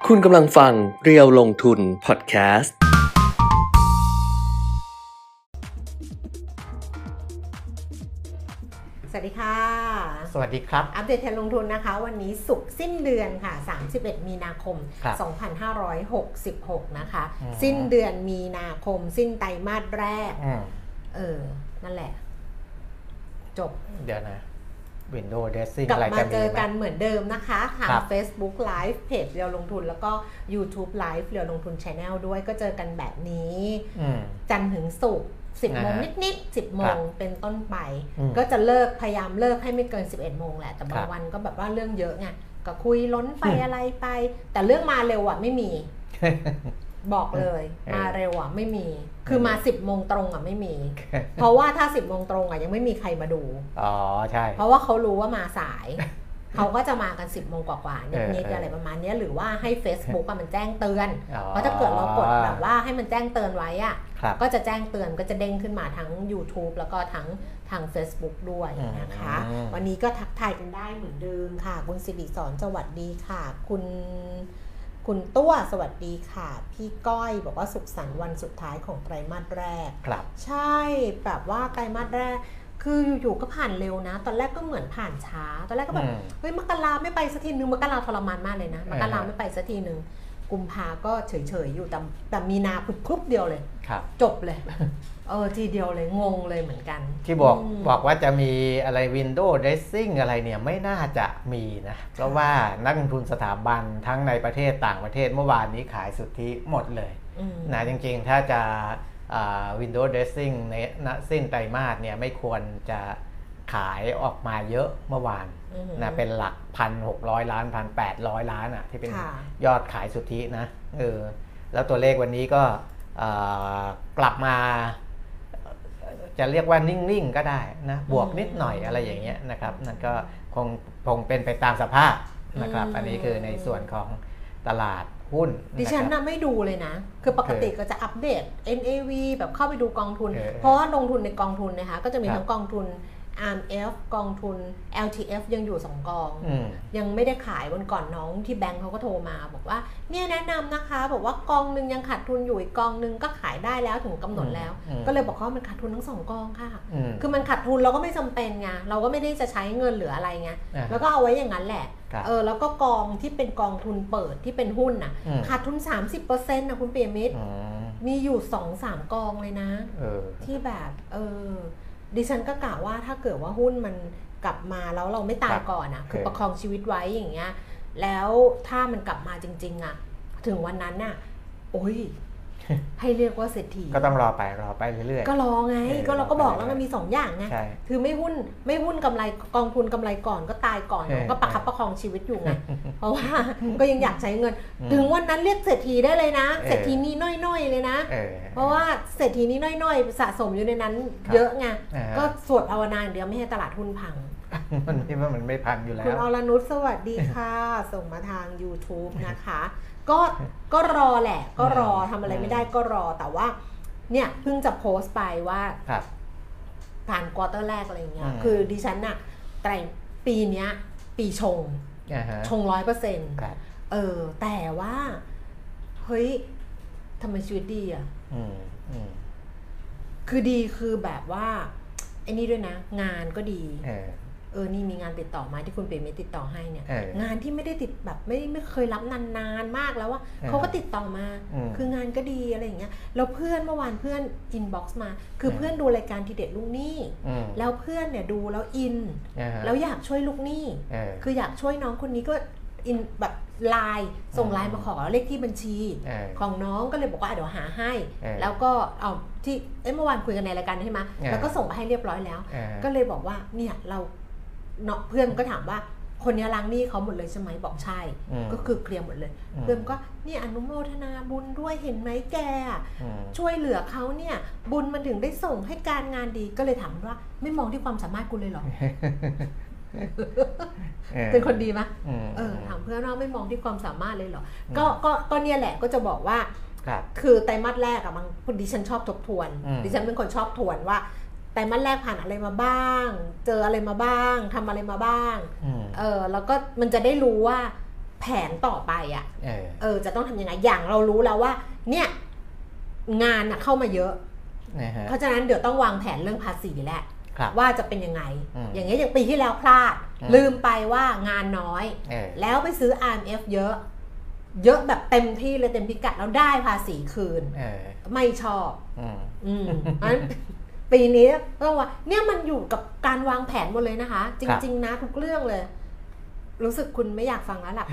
คุณกำลังฟังเรียวลงทุนพอดแคสต์สวัสดีค่ะสวัสดีครับอัปเดตเทรนด์ลงทุนนะคะวันนี้ศุกร์สิ้นเดือนค่ะ31มีนาคม2566นะคะสิ้นเดือนมีนาคมสิ้นไตรมาสแรกนั่นแหละจบเดี๋ยวนะ Windows Dressing กลับมาเจอกันไหเหมือนเดิมนะคะทาง Facebook Live เพจเรียวลงทุนแล้วก็ YouTube Live เรียวลงทุน Channel ด้วยก็เจอกันแบบนี้จันทร์ถึงศุกร์10 โมงนิดๆ10 โมงเป็นต้นไปก็จะเลิกพยายามเลิกให้ไม่เกิน11 โมงแหละแต่บางวันก็แบบว่าเรื่องเยอะไงก็คุยล้นไปอะไรไปแต่เรื่องมาเร็วอ่ะไม่มีบอกเลยมาเร็วอ่ะไม่มีคือมา10 โมงตรงอ่ะไม่มีเพราะว่าถ้า10 โมงตรงอ่ะยังไม่มีใครมาดูอ๋อใช่เพราะว่าเขารู้ว่ามาสายเขาก็จะมากัน10 โมงกว่าๆนิดๆอะไรประมาณนี้หรือว่าให้ Facebook มันแจ้งเตือนเพราะถ้าเกิดเรากดแบบว่าให้มันแจ้งเตือนไว้อ่ะก็จะแจ้งเตือนก็จะเด้งขึ้นมาทั้ง YouTube แล้วก็ทั้งทาง Facebook ด้วยนะคะวันนี้ก็ทักทายกันได้เหมือนเดิมค่ะคุณสิริสอนสวัสดีค่ะคุณตัวสวัสดีค่ะพี่ก้อยบอกว่าสุขสันต์วันสุดท้ายของไตรมาสแรกใช่แบบว่าไตรมาสแรกคืออยู่ๆก็ผ่านเร็วนะตอนแรกก็เหมือนผ่านช้าตอนแรกก็แบบเฮ้ยมกราไม่ไปสักทีนึงมกราทรมานมากเลยนะมกราไม่ไปสักทีนึงกุมภาก็เฉยๆอยู่แต่มีนาปุ๊บเดียวเลยจบเลยทีเดียวเลยงงเลยเหมือนกันที่บอกว่าจะมีอะไร Windows Dressing อะไรเนี่ยไม่น่าจะมีนะเพราะว่านักลงทุนสถาบันทั้งในประเทศต่างประเทศเมื่อวานนี้ขายสุทธิหมดเลยนะจริงๆถ้าจะWindows Dressing ในสิ้นไตรมาสเนี่ยไม่ควรจะขายออกมาเยอะเมื่อวานนะเป็นหลัก 1,600 ล้าน 1,800 ล้านอ่ะที่เป็นยอดขายสุทธินะแล้วตัวเลขวันนี้ก็กลับมาจะเรียกว่านิ่งๆก็ได้นะบวกนิดหน่อยอะไรอย่างเงี้ยนะครับนั่นก็คงเป็นไปตามสภาพนะครับอันนี้คือในส่วนของตลาดหุ้นดิฉันน่ะไม่ดูเลยนะคือปกติก็จะอัปเดต NAV แบบเข้าไปดูกองทุนเพราะว่าลงทุนในกองทุนนะคะก็จะมีทั้งกองทุน RMF กองทุน LTF ยังอยู่2กองยังไม่ได้ขายวันก่อนน้องที่แบงค์เขาก็โทรมาบอกว่าเนี่ยแนะนำนะคะบอกว่ากองนึงยังขาดทุนอยู่อีกกองนึงก็ขายได้แล้วถึงกำหนดแล้วก็เลยบอกเขามันขาดทุนทั้ง2กองค่ะคือมันขาดทุนเราก็ไม่จำเป็นไงเราก็ไม่ได้จะใช้เงินเหลืออะไรไงแล้วก็เอาไว้อย่างนั้นแหละแล้วก็กองที่เป็นกองทุนเปิดที่เป็นหุ้นน่ะขาดทุน 30% นะคุณเปียมิตรมีอยู่ 2-3 กองเลยนะที่แบบดิฉันก็กะว่าถ้าเกิดว่าหุ้นมันกลับมาแล้วเราไม่ตายก่อนนะคือประคองชีวิตไว้อย่างเงี้ยแล้วถ้ามันกลับมาจริงๆอ่ะถึงวันนั้นน่ะโอ้ยให้เรียกว่าเศรษฐีก็ต้องรอไปเรื่อยๆก็รอไงก็เราก็บอกแล้วมันมี2อย่างไงคือไม่หุ้นกำไรกองทุนกำไรก่อนก็ตายก่อนก็ประคับประคองชีวิตอยู่ไงเพราะว่าก็ยังอยากใช้เงินถึงวันนั้นเรียกเศรษฐีได้เลยนะเศรษฐีนี้น้อยๆเลยนะเพราะว่าเศรษฐีนี้น้อยๆสะสมอยู่ในนั้นเยอะไงก็สวดภาวนาเดียวไม่ให้ตลาดหุ้นพังมันไม่พังอยู่แล้วคุณอรนุชสวัสดีค่ะส่งมาทาง YouTube นะคะก็รอแหละก็รอทำอะไรไม่ได้ก็รอแต่ว่าเนี่ยเพิ่งจะโพสต์ไปว่าผ่านควอเตอร์แรกอะไรเงี้ยคือดิฉันน่ะแต่ปีเนี้ยปีชง 100% แต่ว่าเฮ้ยทำไมชีวิตดีอ่ะคือดีคือแบบว่าไอ้นี่ด้วยนะงานก็ดีนี่มีงานติดต่อมาที่คุณเปรมติดต่อให้เนี่ยงานที่ไม่ได้ติดแบบไม่เคยรับนานมากแล้วว่าเขาก็ติดต่อมาคืองานก็ดีอะไรอย่างเงี้ยแล้วเพื่อนเมื่อวานเพื่อนอินบ็อกซ์มาคือเพื่อนดูรายการทีเด็ดลูกหนี้แล้วเพื่อนเนี่ยดูแล้วอินแล้วอยากช่วยลูกหนี้คืออยากช่วยน้องคนนี้ก็อินแบบไลน์ส่งไลน์มาขอเลขที่บัญชีของน้องก็เลยบอกว่าเดี๋ยวหาให้แล้วก็เอาที่เมื่อวานคุยกันในรายการใช่ไหมแล้วก็ส่งไปให้เรียบร้อยแล้วก็เลยบอกว่าเนี่ยเราเพื่อนก็ถามว่าคนนี้ล้างหนี้เขาหมดเลยใช่ไหมบอกใช่ก็คือเคลียร์หมดเลยเพื่อนก็นี่อนุโมทนาบุญด้วยเห็นไหมแกช่วยเหลือเขาเนี่ยบุญมันถึงได้ส่งให้การงานดีก็เลยถามว่าไม่มองที่ความสามารถกูเลยหรอ เป็นคนดีไหมถามเพื่อนว่าไม่มองที่ความสามารถเลยหรอก็เนี่ยแหละก็จะบอกว่าคือไตรมาสแรกอะบางคนดิฉันชอบทบทวนดิฉันเป็นคนชอบทวนว่าไตรมาสแรกผ่านอะไรมาบ้างเจออะไรมาบ้างทำอะไรมาบ้างแล้วก็มันจะได้รู้ว่าแผนต่อไปอ่ะจะต้องทำยังไงอย่างเรารู้แล้วว่าเนี่ยงานน่ะเข้ามาเยอะเพราะฉะนั้นเดี๋ยวต้องวางแผนเรื่องภาษีแหละว่าจะเป็นยังไงอย่างเงี้ยอย่างปีที่แล้วพลาดลืมไปว่างานน้อยแล้วไปซื้อ RMF เยอะแบบเต็มที่เลยเต็มพิกัดแล้วได้ภาษีคืนไม่ชอบงั้นปีนี้ต้องว่าเนี่ยมันอยู่กับการวางแผนหมดเลยนะคะจริงๆนะทุกเรื่องเลยรู้สึกคุณไม่อยากฟังแล้วล่ะค่ะ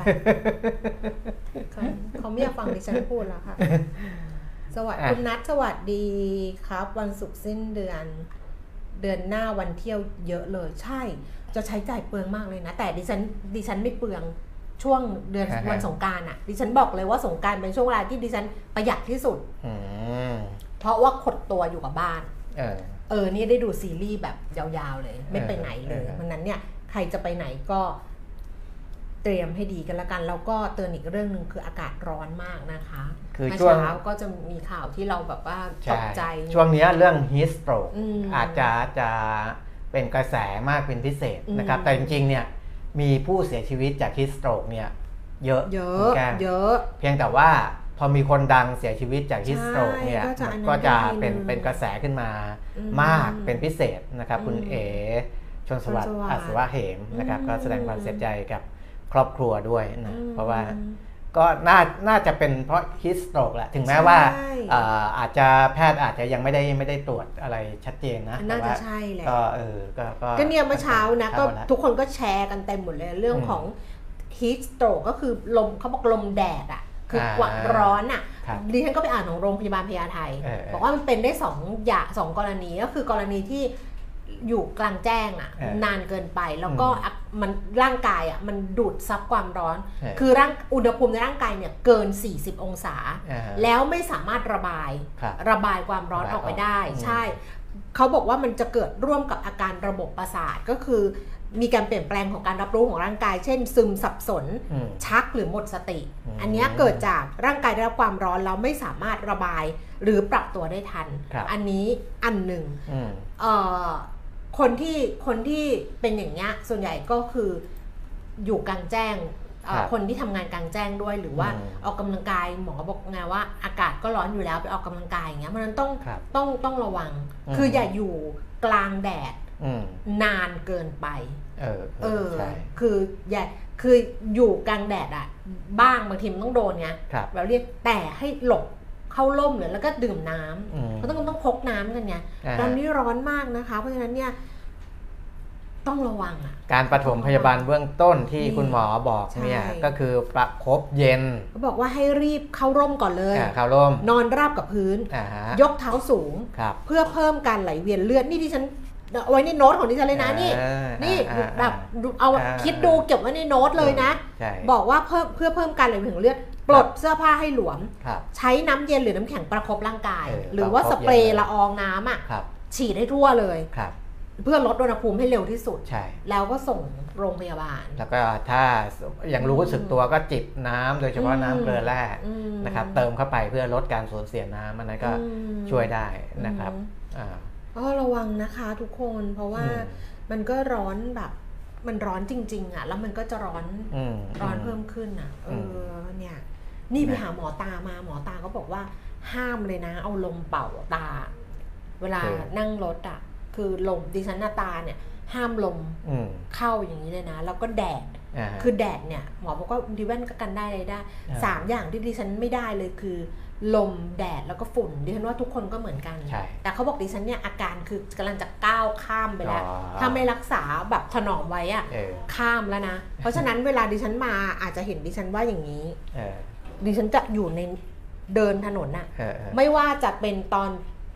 เขาไม่อยากฟังดิฉันพูดแล้วค่ะสวัสดีคุณนัทสวัสดีครับวันศุกร์สิ้นเดือนหน้าวันเที่ยวเยอะเลยใช่จะใช้จ่ายเปลืองมากเลยนะแต่ดิฉันไม่เปลืองช่วงเดือนวันสงกรานต์อ่ะดิฉันบอกเลยว่าสงกรานต์เป็นช่วงเวลาที่ดิฉันประหยัดที่สุดเพราะว่าขดตัวอยู่กับบ้านนี่ได้ดูซีรีส์แบบยาวๆเลยไม่ไปไหนเลยเพราะนั้นเนี่ยใครจะไปไหนก็เตรียมให้ดีกันละกันแล้วก็เตือนอีกเรื่องนึงคืออากาศร้อนมากนะคะคือช่วงเช้าก็จะมีข่าวที่เราแบบว่าตกใจช่วงนี้เรื่อง heat stroke อาจจะเป็นกระแสมากเป็นพิเศษนะครับแต่จริงๆเนี่ยมีผู้เสียชีวิตจาก heat stroke เนี่ยเยอะเพียงแต่ว่าพอมีคนดังเสียชีวิตจาก heat stroke เนี่ยก็จะเป็นกระแสขึ้นมามากเป็นพิเศษนะครับคุณเอชนสวัสดิ์อัศวะเหมนะครับก็แสดงความเสียใจกับครอบครัวด้วยนะเพราะว่าก็น่าจะเป็นเพราะ heat stroke แหละถึงแม้ว่าอาจจะแพทย์อาจจะยังไม่ได้ตรวจอะไรชัดเจนนะน่าจะใช่แหละก็เนี่ยเมื่อเช้านะก็ทุกคนก็แชร์กันเต็มหมดเลยเรื่องของ heat stroke ก็คือลมเขาบอกลมแดดอ่ะคือกว่าร้อนอ่ะดิฉันก็ไปอ่านของโรงพยาบาลพญาไทบอกว่ามันเป็นได้2กรณีก็คือกรณีที่อยู่กลางแจ้งอ่ะนานเกินไปแล้วก็มันร่างกายอ่ะมันดูดซับความร้อนคืออุณหภูมิในร่างกายเนี่ยเกิน40องศาแล้วไม่สามารถระบายความร้อนออกไปได้ใช่เขาบอกว่ามันจะเกิดร่วมกับอาการระบบประสาทก็คือมีการเปลี่ยนแปลงของการรับรู้ของร่างกายเช่นซึมสับสนชักหรือหมดสติอันนี้เกิดจากร่างกายได้รับความร้อนแล้วไม่สามารถระบายหรือปรับตัวได้ทันอันนี้อันหนึ่งคนที่เป็นอย่างเงี้ยส่วนใหญ่ก็คืออยู่กลางแจ้งคนที่ทำงานกลางแจ้งด้วยหรือว่าออกกำลังกายหมอบอกไงว่าอากาศก็ร้อนอยู่แล้วไปออกกำลังกายอย่างเงี้ยเพราะฉะนั้นต้องระวังคืออย่าอยู่กลางแดดนานเกินไปคืออยู่กลางแดดอ่ะบ้างบางทีมันต้องโดนไงเราเรียกแต่ให้หลบเข้าร่มเลยแล้วก็ดื่มน้ำเพราะต้องพกน้ำกันไงตอนนี้ร้อนมากนะคะเพราะฉะนั้นเนี่ยต้องระวังอ่ะการปฐมพยาบาลเบื้องต้นที่คุณหมอบอกเนี่ยก็คือประคบเย็นเขาบอกว่าให้รีบเข้าร่มก่อนเลยเข้าร่มนอนราบกับพื้นยกเท้าสูงเพื่อเพิ่มการไหลเวียนเลือดนี่ดิฉันเอาไว้ในโน้ตของดิฉันเลยนะนี่แบบเอาคิดดูเก็บไว้ในโน้ตเลยนะบอกว่าเพื่อเพิ่มการไหลเวียนของเลือดปลดเสื้อผ้าให้หลวมใช้น้ำเย็นหรือน้ำแข็งประคบร่างกายหรือว่าสเปรย์ละอองน้ำอ่ะฉีดให้ทั่วเลยเพื่อลดอุณหภูมิให้เร็วที่สุดแล้วก็ส่งโรงพยาบาลแล้วก็ถ้ายังรู้สึกตัวก็จิบน้ำโดยเฉพาะน้ำเกลือแร่นะครับเติมเข้าไปเพื่อลดการสูญเสียน้ำมันก็ช่วยได้นะครับก็ระวังนะคะทุกคนเพราะว่ามันก็ร้อนแบบมันร้อนจริงๆอ่ะแล้วมันก็จะร้อนเพิ่มขึ้นอ่ะเนี่ยนี่ไปหาหมอตามาหมอตาก็บอกว่าห้ามเลยนะเอาลมเป่าตาเวลานั่งรถอ่ะคือลมดิฉันตาเนี่ยห้ามลมเข้าอย่างนี้เลยนะแล้วก็แดดคือแดดเนี่ยหมอบอกว่าดิแว่นก็กันได้เลยได้3อย่างที่ดิฉันไม่ได้เลยคือลมแดดแล้วก็ฝุ่นดิฉันว่าทุกคนก็เหมือนกันแต่เขาบอกดิฉันเนี่ยอาการคือกำลังจะก้าวข้ามไปแล้วถ้าไม่รักษาแบบถนอมไว้อะข้ามแล้วนะเพราะฉะนั้นเวลาดิฉันมาอาจจะเห็นดิฉันว่าอย่างนี้ดิฉันจะอยู่ในเดินถนนน่ะไม่ว่าจะเป็นตอน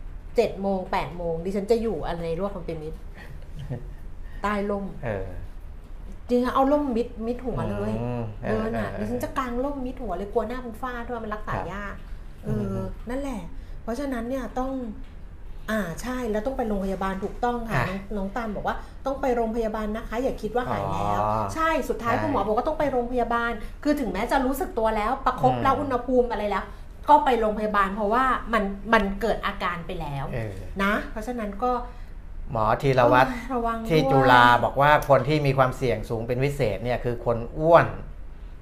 7 โมง 8 โมงดิฉันจะอยู่ในรั้วของเป็นมิตรใต้ร่มจริงๆเอาร่มมิดหัวเลยเดินอ่ะดิฉันจะกางร่มมิดหัวเลยกลัวหน้าเป็นฝ้าด้วยมันรักษายากนั่นแหละเพราะฉะนั้นเนี่ยต้องใช่แล้วต้องไปโรงพยาบาลถูกต้องค่ะน้องตาลบอกว่าต้องไปโรงพยาบาลนะคะอย่าคิดว่าหายแล้วใช่สุดท้ายคุณหมอบอกว่าต้องไปโรงพยาบาลคือถึงแม้จะรู้สึกตัวแล้วประคบแล้วอุณหภูมิอะไรแล้วก็ไปโรงพยาบาลเพราะว่ามันเกิดอาการไปแล้วนะเพราะฉะนั้นก็หมอธีรวัฒน์ที่จุฬาบอกว่าคนที่มีความเสี่ยงสูงเป็นพิเศษเนี่ยคือคนอ้วน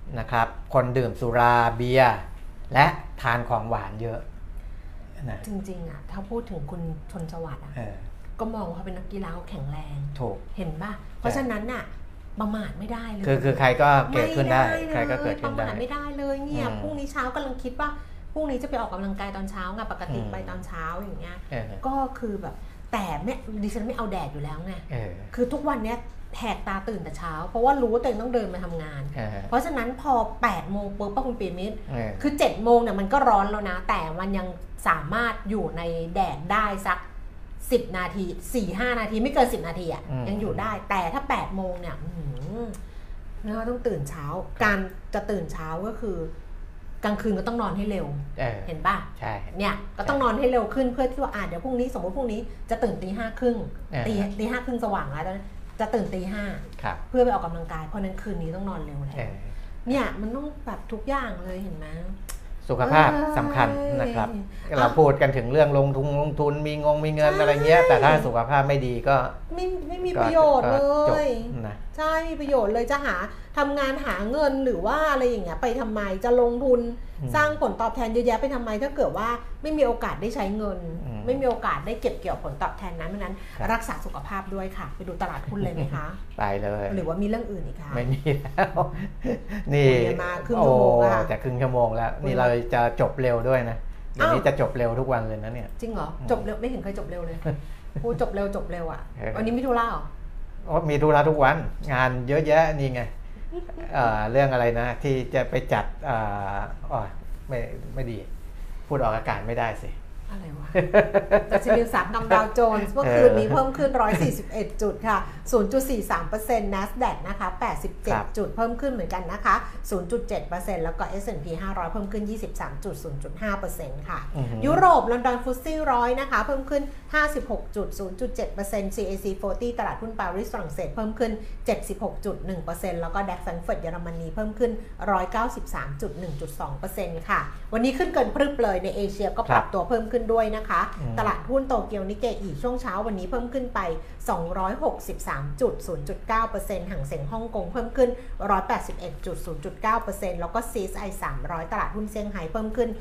นะครับคนดื่มสุราเบียร์และทานของหวานเยอะนะจริงๆถ้าพูดถึงคุณชนสวัสดิ์ก็มองเขาเป็นนักกีฬาเขาแข็งแรงถูกเห็นป่ะเพราะฉะนั้นประมาทไม่ได้เลยคือใครก็เกิดขึ้นได้ใครก็เกิดขึ้นได้ประมาทไม่ได้เลยเนี่ยพรุ่งนี้เช้ากำลังคิดว่าพรุ่งนี้จะไปออกกำลังกายตอนเช้าไงปกติไปตอนเช้าอย่างเงี้ยก็คือแบบแต่ดิฉันไม่เอาแดดอยู่แล้วไงคือทุกวันเนี้ยแหกตาตื่นแต่เช้าเพราะว่ารู้ว่าตัวเองต้องเดินมาทำงานเพราะฉะนั้นพอ8 โมงปุ๊บป้าคุณปีมิตรคือ7 โมงเนี่ยมันก็ร้อนแล้วนะแต่มันยังสามารถอยู่ในแดดได้สัก10 นาที 4-5 นาทีไม่เกิน10 นาทีอ่ะยังอยู่ได้แต่ถ้า8 โมงเนี่ยเราต้องตื่นเช้าการจะตื่นเช้าก็คือกลางคืนก็ต้องนอนให้เร็วเห็นป่ะใช่เนี่ยก็ต้องนอนให้เร็วขึ้นเพื่อที่ว่าเดี๋ยวพรุ่งนี้สมมติพรุ่งนี้จะตื่นตี 5:30ตี 5:30สว่างแล้วจะตื่นตี 5เพื่อไปออกกำลังกายเพราะนั้นคืนนี้ต้องนอนเร็วแล้วเนี่ยมันต้องแบบทุกอย่างเลยเห็นไหมสุขภาพสำคัญนะครับเราพูดกันถึงเรื่องลงทุนมีเงินอะไรเงี้ยแต่ถ้าสุขภาพไม่ดีก็ไม่มีประโยชน์เลยใช่มีประโยชน์เลยจะทำงานหาเงินหรือว่าอะไรอย่างเงี้ยไปทำไมจะลงทุนสร้างผลตอบแทนเยอะแยะไปทำไมถ้าเกิดว่าไม่มีโอกาสได้ใช้เงินไม่มีโอกาสได้เก็บเกี่ยวผลตอบแทนนั้นเพราะนั้นรักษาสุขภาพด้วยค่ะไปดูตลาดหุ้นเลยไหมคะไปเลยหรือว่ามีเรื่องอื่นอีกคะไม่มีแล้วนี่มาครึ่งชั่วโมงแล้วจะครึ่งชั่วโมงแล้วนี่เราจะจบเร็วด้วยนะเดี๋ยวนี้จะจบเร็วทุกวันเลยนะเนี่ยจริงเหรอจบเร็วไม่เห็นเคยจบเร็วเลยพูดจบเร็วอ่ะวันนี้มีธุระเหรอมีธุระทุกวันงานเยอะแยะนี่ไงเรื่องอะไรนะที่จะไปจัดไม่ดีพูดออกอากาศไม่ได้สิอะไรวะดัชนีอุตสาหกรรมดาวโจนส์เมื่อคืนนี้เพิ่มขึ้น141จุดค่ะ 0.43% NASDAQ นะคะ87จุดเพิ่มขึ้นเหมือนกันนะคะ 0.7% แล้วก็ S&P 500เพิ่มขึ้น 23.0.5% ค่ะยุโรปลอนดอนฟุตซี่100นะคะเพิ่มขึ้น 56.0.7% CAC 40ตลาดหุ้นปารีสฝรั่งเศสเพิ่มขึ้น 76.1% แล้วก็ DAX แฟรงก์เฟิร์ตเยอรมนีเพิ่มขึ้น 193.1.2% ค่ะวันนี้ขึ้นเกินพรึบเลยในเอเชียก็ปรับตัวเพิ่มขึ้นด้วยนะคะตลาดหุ้นโตเกียวนิเกอิช่วงเช้าวันนี้เพิ่มขึ้นไป 263.0.9% ห่างเส็งฮ่องกงเพิ่มขึ้น 181.0.9% แล้วก็ CSI 300ตลาดหุ้นเซี่ยงไฮ้เพิ่มขึ้น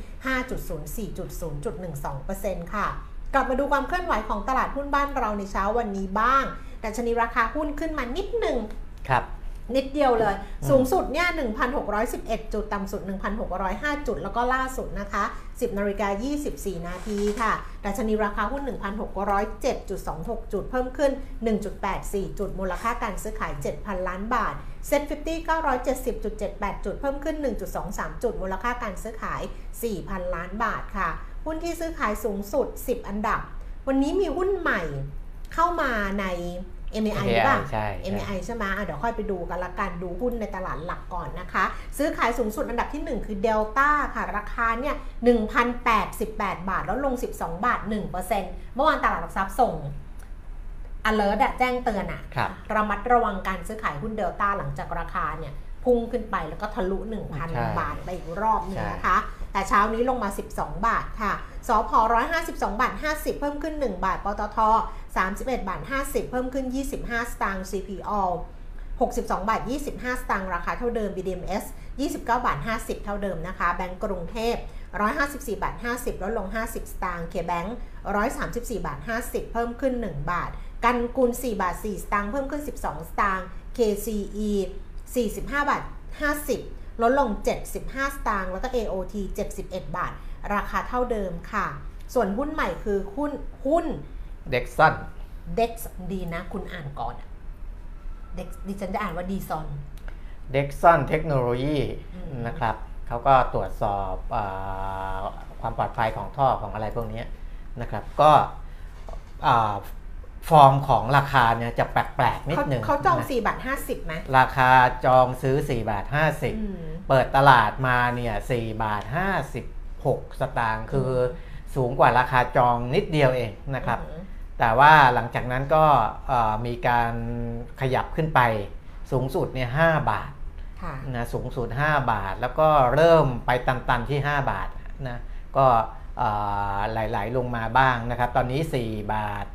5.04.0.12% ค่ะกลับมาดูความเคลื่อนไหวของตลาดหุ้นบ้านเราในเช้าวันนี้บ้างดัชนีราคาหุ้นขึ้นมานิดนึงครับนิดเดียวเลยสูงสุดเนี่ย 1,611 จุดต่ำสุด 1,605 จุดแล้วก็ล่าสุดนะคะ10:24 นาทีค่ะดัชนีราคาหุ้น 1,607.26 จุดเพิ่มขึ้น 1.84 จุดมูลค่าการซื้อขาย 7,000 ล้านบาทเซ็ต50 970.78 จุดเพิ่มขึ้น 1.23 จุดมูลค่าการซื้อขาย 4,000 ล้านบาทค่ะหุ้นที่ซื้อขายสูงสุด10อันดับวันนี้มีหุ้นใหม่เข้ามาในMAI หรือเปล่า MAI ใช่ไหมเดี๋ยวค่อยไปดูกันละกันดูหุ้นในตลาดหลักก่อนนะคะซื้อขายสูงสุดอันดับที่1คือ Delta ค่ะราคาเนี่ย 1,088 บาทแล้วลง12 บาท 1% เมื่อวานตลาดหลักทรัพย์ส่ง alert แจ้งเตือนระมัดระวังการซื้อขายหุ้น Delta หลังจากราคาเนี่ยพุ่งขึ้นไปแล้วก็ทะลุ 1,000 บาทไปอีกรอบนึงนะคะแต่เช้านี้ลงมา12 บาทค่ะสผ152 บาท 50เพิ่มขึ้น1บาทปตท31 บาท 50เพิ่มขึ้น25สตางค์ CPO 62 บาท 25สตางค์ราคาเท่าเดิม BDMs 29 บาท 50เท่าเดิมนะคะแบงก์กรุงเทพ154 บาท 50ลดลง50สตางค์ KBank 134 บาท 50เพิ่มขึ้น1บาทกันกุล4บาท4สตางค์เพิ่มขึ้น12สตางค์ KCE 45 บาท 50ลดลง75สตางค์แล้วก็ AOT 71 บาทราคาเท่าเดิมค่ะส่วนหุ้นใหม่คือหุ้น Dexon ดีนะคุณอ่านก่อนดิฉันจะอ่านว่า Dexon Technology นะครับเขาก็ตรวจสอบความปลอดภัยของท่อของอะไรพวกนี้นะครับก็ฟอร์มของราคาเนี่ยจะแปลกๆนิดนึงเขาจอง4บาท50ไหมราคาจองซื้อ4บาท50เปิดตลาดมาเนี่ย4บาท56สตางค์คือสูงกว่าราคาจองนิดเดียวเองนะครับแต่ว่าหลังจากนั้นก็มีการขยับขึ้นไปสูงสุดเนี่ย5บาทนะสูงสุด5บาทแล้วก็เริ่มไปตันๆที่5บาทนะก็ไหลๆลงมาบ้างนะครับตอนนี้4บาท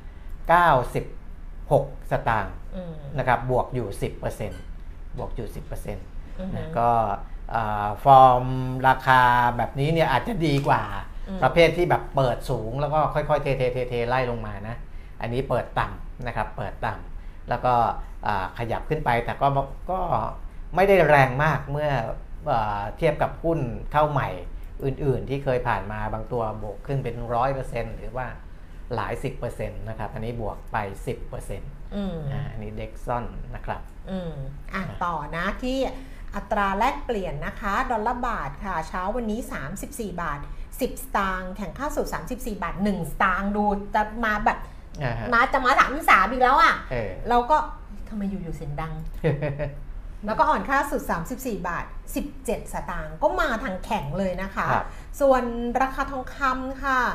96สตางค์นะครับบวกอยู่ 10% บวกอยู่ 10% นะก็ฟอร์มราคาแบบนี้เนี่ยอาจจะดีกว่าประเภทที่แบบเปิดสูงแล้วก็ค่อยๆเทไล่ลงมานะอันนี้เปิดต่ำนะครับเปิดต่ำแล้วก็ขยับขึ้นไปแต่ก็ไม่ได้แรงมากเมื่อเทียบกับหุ้นเข้าใหม่อื่นๆที่เคยผ่านมาบางตัวบวกขึ้นเป็น 100% หรือว่าหลาย 10% นะครับอันนี้บวกไป 10% อันนี้เด็กซ่อนนะครับต่อนะที่อัตราแลกเปลี่ยนนะคะดอลลาร์บาทค่ะเช้าวันนี้34บาท10สตางค์แข่งค่าสู่34บาท1สตางค์ดูจะมาแบบจะมา33อีกแล้วเราก็ทำไมอยู่เสียงดัง แล้วก็อ่อนค่าสุด34บาท17สตางค์ก็มาทางแข็งเลยนะคะส่วนราคาทองคำค่ะ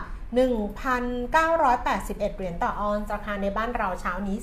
1,981 เหรียญต่อออนซ์ราคาในบ้านเราเช้านี้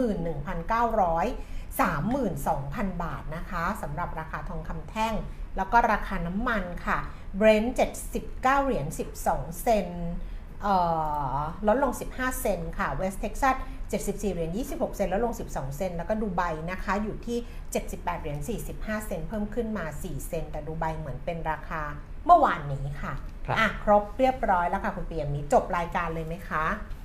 31,200 บาทนะคะสำหรับราคาทองคำแท่งแล้วก็ราคาน้ำมันค่ะ Brent 79เหรียญ12เซนลดลง15เซนค่ะ West Texas 74เหรียญ26เซนลดลง12เซนแล้วก็ดูไบนะคะอยู่ที่78เหรียญ45เซนเพิ่มขึ้นมา4เซนแต่ดูไบเหมือนเป็นราคาเมื่อวานนี้ค่ะครบเรียบร้อยแล้วค่ะคุณเปียมนี้จบรายการเลยไหมคะ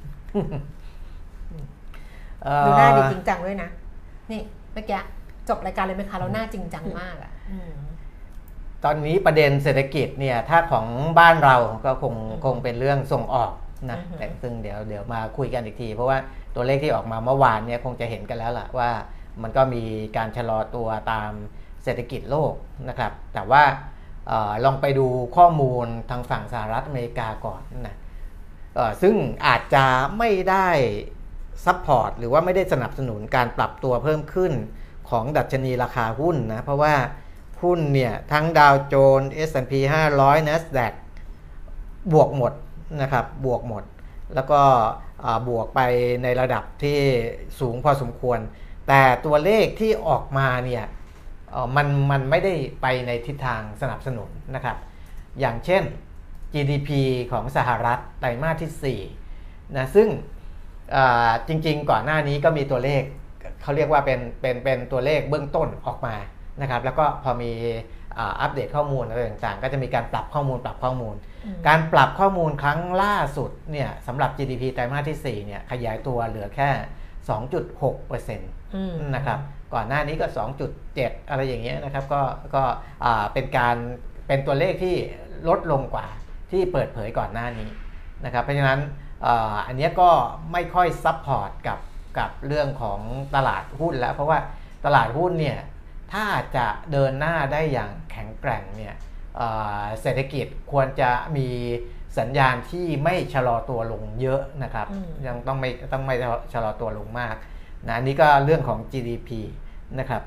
ดูหน้าดีจริงจังด้วยนะนี่เมื่อกี้จบรายการเลยไหมคะเราหน้าจริงจังมากตอนนี้ประเด็นเศรษฐกิจเนี่ยถ้าของบ้านเราก็คงเป็นเรื่องส่งออกนะแต่ซึ่งเดี๋ยวมาคุยกันอีกทีเพราะว่าตัวเลขที่ออกมาเมื่อวานเนี่ยคงจะเห็นกันแล้วล่ะว่ามันก็มีการชะลอตัวตามเศรษฐกิจโลกนะครับแต่ว่าลองไปดูข้อมูลทางฝั่งสหรัฐอเมริกาก่อนนะซึ่งอาจจะไม่ได้ซัพพอร์ตหรือว่าไม่ได้สนับสนุนการปรับตัวเพิ่มขึ้นของดัชนีราคาหุ้นนะเพราะว่าหุ้นเนี่ยทั้งดาวโจนส์ S&P 500 NASDAQ บวกหมดนะครับบวกหมดแล้วก็บวกไปในระดับที่สูงพอสมควรแต่ตัวเลขที่ออกมาเนี่ยมันไม่ได้ไปในทิศทางสนับสนุนนะครับอย่างเช่น GDP ของสหรัฐไตรมาสที่4นะซึ่งจริงๆก่อนหน้านี้ก็มีตัวเลขเขาเรียกว่าเป็นตัวเลขเบื้องต้นออกมานะครับแล้วก็พอมีอัปเดตข้อมูลอะไรต่างๆก็จะมีการปรับข้อมูลการปรับข้อมูลครั้งล่าสุดเนี่ยสำหรับ GDP ไตรมาสที่4เนี่ยขยายตัวเหลือแค่ 2.6% นะครับก่อนหน้านี้ก็ 2.7 อะไรอย่างเงี้ยนะครับก็เป็นตัวเลขที่ลดลงกว่าที่เปิดเผยก่อนหน้านี้นะครับเพราะฉะนั้นอันนี้ก็ไม่ค่อยซัพพอร์ตกับเรื่องของตลาดหุ้นแล้วเพราะว่าตลาดหุ้นเนี่ยถ้าจะเดินหน้าได้อย่างแข็งแกร่งเนี่ยเศรษฐกิจควรจะมีสัญญาณที่ไม่ชะลอตัวลงเยอะนะครับยังต้องไม่ชะลอตัวลงมากนะอันนี้ก็เรื่องของ GDP นะครับ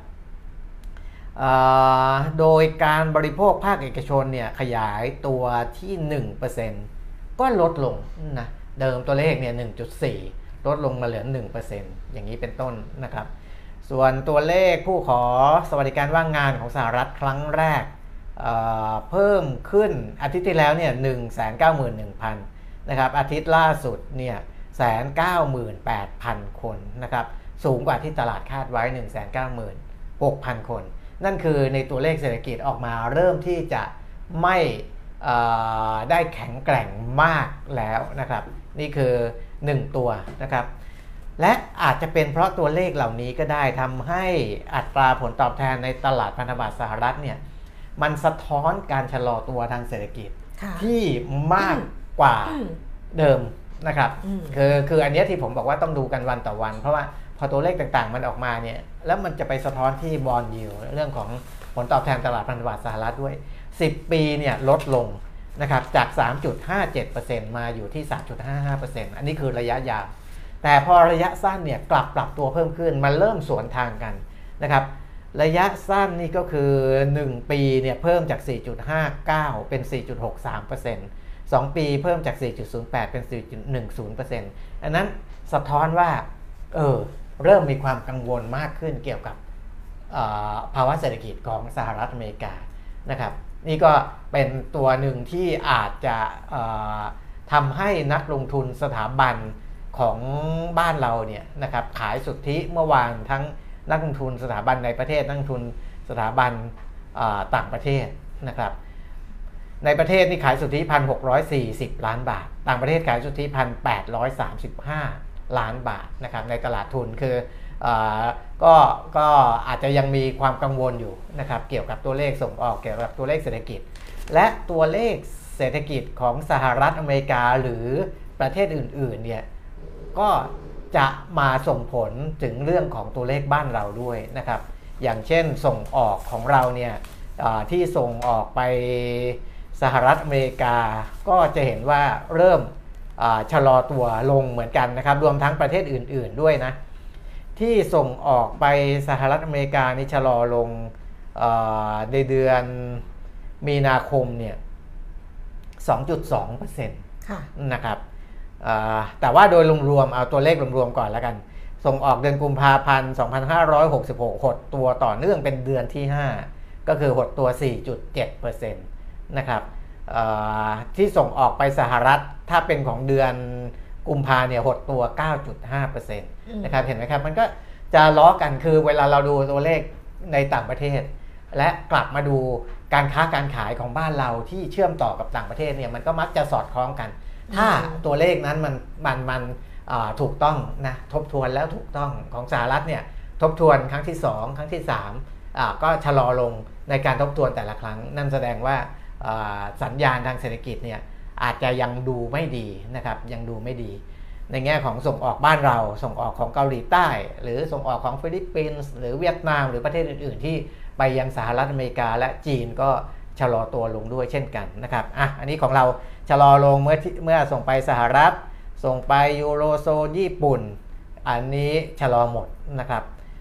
โดยการบริโภคภาคเอกชนเนี่ยขยายตัวที่ 1% ก็ลดลงนะเดิมตัวเลขเนี่ย 1.4 ลดลงมาเหลือ 1% อย่างนี้เป็นต้นนะครับส่วนตัวเลขผู้ขอสวัสดิการว่างงานของสหรัฐครั้งแรกเพิ่มขึ้นอาทิตย์ที่แล้วเนี่ย 191,000 นะครับอาทิตย์ล่าสุดเนี่ย 198,000 คนนะครับสูงกว่าที่ตลาดคาดไว้ 196,000 คนนั่นคือในตัวเลขเศรษฐกิจออกมาเริ่มที่จะไม่ได้แข็งแกร่งมากแล้วนะครับนี่คือ1ตัวนะครับและอาจจะเป็นเพราะตัวเลขเหล่านี้ก็ได้ทำให้อัตราผลตอบแทนในตลาดพันธบัตรสหรัฐเนี่ยมันสะท้อนการชะลอตัวทางเศรษฐกิจที่มากกว่าเดิมนะครับคืออันนี้ที่ผมบอกว่าต้องดูกันวันต่อวันเพราะว่าพอตัวเลขต่างๆมันออกมาเนี่ยแล้วมันจะไปสะท้อนที่บอนด์ยิลด์เรื่องของผลตอบแทนตลาดพันธบัตรสหรัฐด้วย10ปีเนี่ยลดลงนะครับจาก 3.57% มาอยู่ที่ 3.55% อันนี้คือระยะยาวแต่พอระยะสั้นเนี่ยกลับปรับตัวเพิ่มขึ้นมันเริ่มสวนทางกันนะครับระยะสั้นนี่ก็คือ1ปีเนี่ยเพิ่มจาก 4.59 เป็น 4.63% 2ปีเพิ่มจาก 4.08 เป็น 4.10% อันนั้นสะท้อนว่าเริ่มมีความกังวลมากขึ้นเกี่ยวกับภาวะเศรษฐกิจของสหรัฐอเมริกานะครับนี่ก็เป็นตัวหนึ่งที่อาจจะทำให้นักลงทุนสถาบันของบ้านเราเนี่ยนะครับขายสุทธิเมื่อวานทั้งนักลงทุนสถาบันในประเทศนักลงทุนสถาบันต่างประเทศนะครับในประเทศนี่ขายสุทธิ 1,640 ล้านบาทต่างประเทศขายสุทธิ 1,835 ล้านบาทนะครับในตลาดทุนคือก็อาจจะยังมีความกังวลอยู่นะครับเกี่ยวกับตัวเลขส่งออกเกี่ยวกับตัวเลขเศรษฐกิจและตัวเลขเศรษฐกิจของสหรัฐอเมริกาหรือประเทศอื่นๆเนี่ยก็จะมาส่งผลถึงเรื่องของตัวเลขบ้านเราด้วยนะครับอย่างเช่นส่งออกของเราเนี่ยที่ส่งออกไปสหรัฐอเมริกาก็จะเห็นว่าเริ่มชะลอตัวลงเหมือนกันนะครับรวมทั้งประเทศอื่นๆด้วยนะที่ส่งออกไปสหรัฐอเมริกานี่ชะลอลงในเดือนมีนาคมเนี่ย 2.2% นะครับแต่ว่าโดยรวมๆเอาตัวเลขรวมๆก่อนแล้วกันส่งออกเดือนกุมภาพันธ์ 2566 หดตัวต่อเนื่องเป็นเดือนที่ 5 ก็คือหดตัว 4.7% นะครับที่ส่งออกไปสหรัฐถ้าเป็นของเดือนกุมภาเนี่ยหดตัว 9.5% นะครับเห็นไหมครับมันก็จะล้อกันคือเวลาเราดูตัวเลขในต่างประเทศและกลับมาดูการค้าการขายของบ้านเราที่เชื่อมต่อกับต่างประเทศเนี่ยมันก็มักจะสอดคล้องกันถ้าตัวเลขนั้นมันถูกต้องนะทบทวนแล้วถูกต้องของสหรัฐเนี่ยทบทวนครั้งที่2ครั้งที่3ก็ชะลอลงในการทบทวนแต่ละครั้งนั่นแสดงว่าสัญญาณทางเศรษฐกิจเนี่ยอาจจะยังดูไม่ดีนะครับยังดูไม่ดีในแง่ของส่งออกบ้านเราส่งออกของเกาหลีใต้หรือส่งออกของฟิลิปปินส์หรือเวียดนามหรือประเทศอื่นๆที่ไปยังสหรัฐอเมริกาและจีนก็ชะลอตัวลงด้วยเช่นกันนะครับอันนี้ของเราชะลอลงเมื่อส่งไปสหรัฐส่งไปยูโรโซนญี่ปุ่นอันนี้ชะลอหมดนะครับ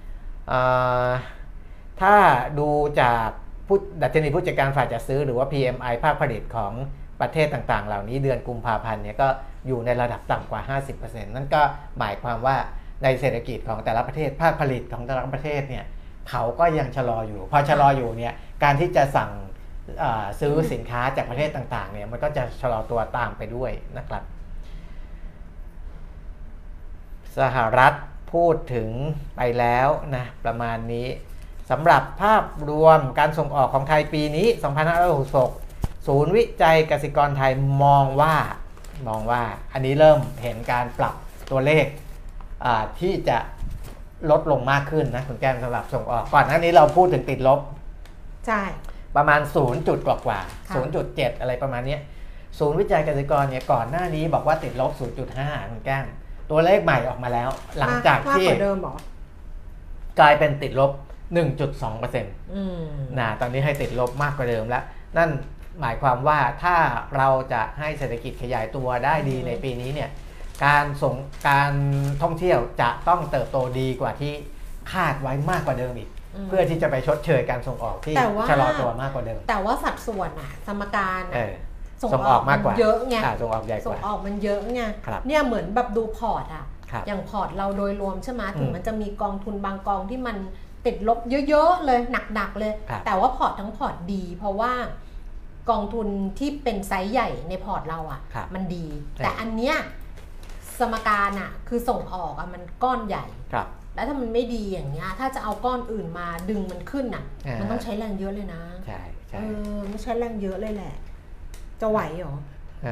ถ้าดูจากดัชนีผู้จัดการฝ่ายจัดซื้อหรือว่า PMI ภาคผลิตของประเทศต่างๆเหล่านี้เดือนกุมภาพันธ์เนี่ยก็อยู่ในระดับต่ำกว่า 50% นั่นก็หมายความว่าในเศรษฐกิจของแต่ละประเทศภาคผลิตของแต่ละประเทศเนี่ยเขาก็ยังชะลออยู่พอชะลออยู่เนี่ยการที่จะสั่งซื้อสินค้าจากประเทศต่างๆเนี่ยมันก็จะชะลอตัวตามไปด้วยนะครับสหรัฐพูดถึงไปแล้วนะประมาณนี้สำหรับภาพรวมการส่งออกของไทยปีนี้ 2566 ศูนย์วิจัยกสิกรไทยมองว่าอันนี้เริ่มเห็นการปรับตัวเลขที่จะลดลงมากขึ้นนะคุณแก้มสำหรับส่งออกก่อนหน้านี้เราพูดถึงติดลบใช่ประมาณ0จุดกว่า 0.7 อะไรประมาณนี้ศูนย์วิจัยกสิกรเนี่ยก่อนหน้านี้บอกว่าติดลบ 0.5 คุณแก้มตัวเลขใหม่ออกมาแล้วหลังจากที่กลายเป็นติดลบ 1.2% นะตอนนี้ให้ติดลบมากกว่าเดิมแล้วนั่นหมายความว่าถ้าเราจะให้เศรษฐกิจขยายตัวได้ดีในปีนี้เนี่ยการท่องเที่ยวจะต้องเติบโตดีกว่าที่คาดไว้มากกว่าเดิมอีกเพื่อที่จะไปชดเชยการส่งออกที่ชะลอตัวมากกว่าเดิมแต่ว่าสัดส่วนสมการส่งออกมากกว่าเยอะไงส่งออกใหญ่กว่าส่งออกมันเยอะไงเนี่ยเหมือนแบบดูพอร์ตอย่างพอร์ตเราโดยรวมใช่ไหมถึงมันจะมีกองทุนบางกองที่มันติดลบเยอะๆเลยหนักๆเลยแต่ว่าพอร์ตทั้งพอร์ตดีเพราะว่ากองทุนที่เป็นไซส์ใหญ่ในพอร์ตเรามันดีแต่อันเนี้ยสมการคือส่งออกมันก้อนใหญ่แล้วถ้ามันไม่ดีอย่างเงี้ยถ้าจะเอาก้อนอื่นมาดึงมันขึ้นมันต้องใช้แรงเยอะเลยนะใช่มันใช้แรงเยอะเลยแหละจะไหวหรอ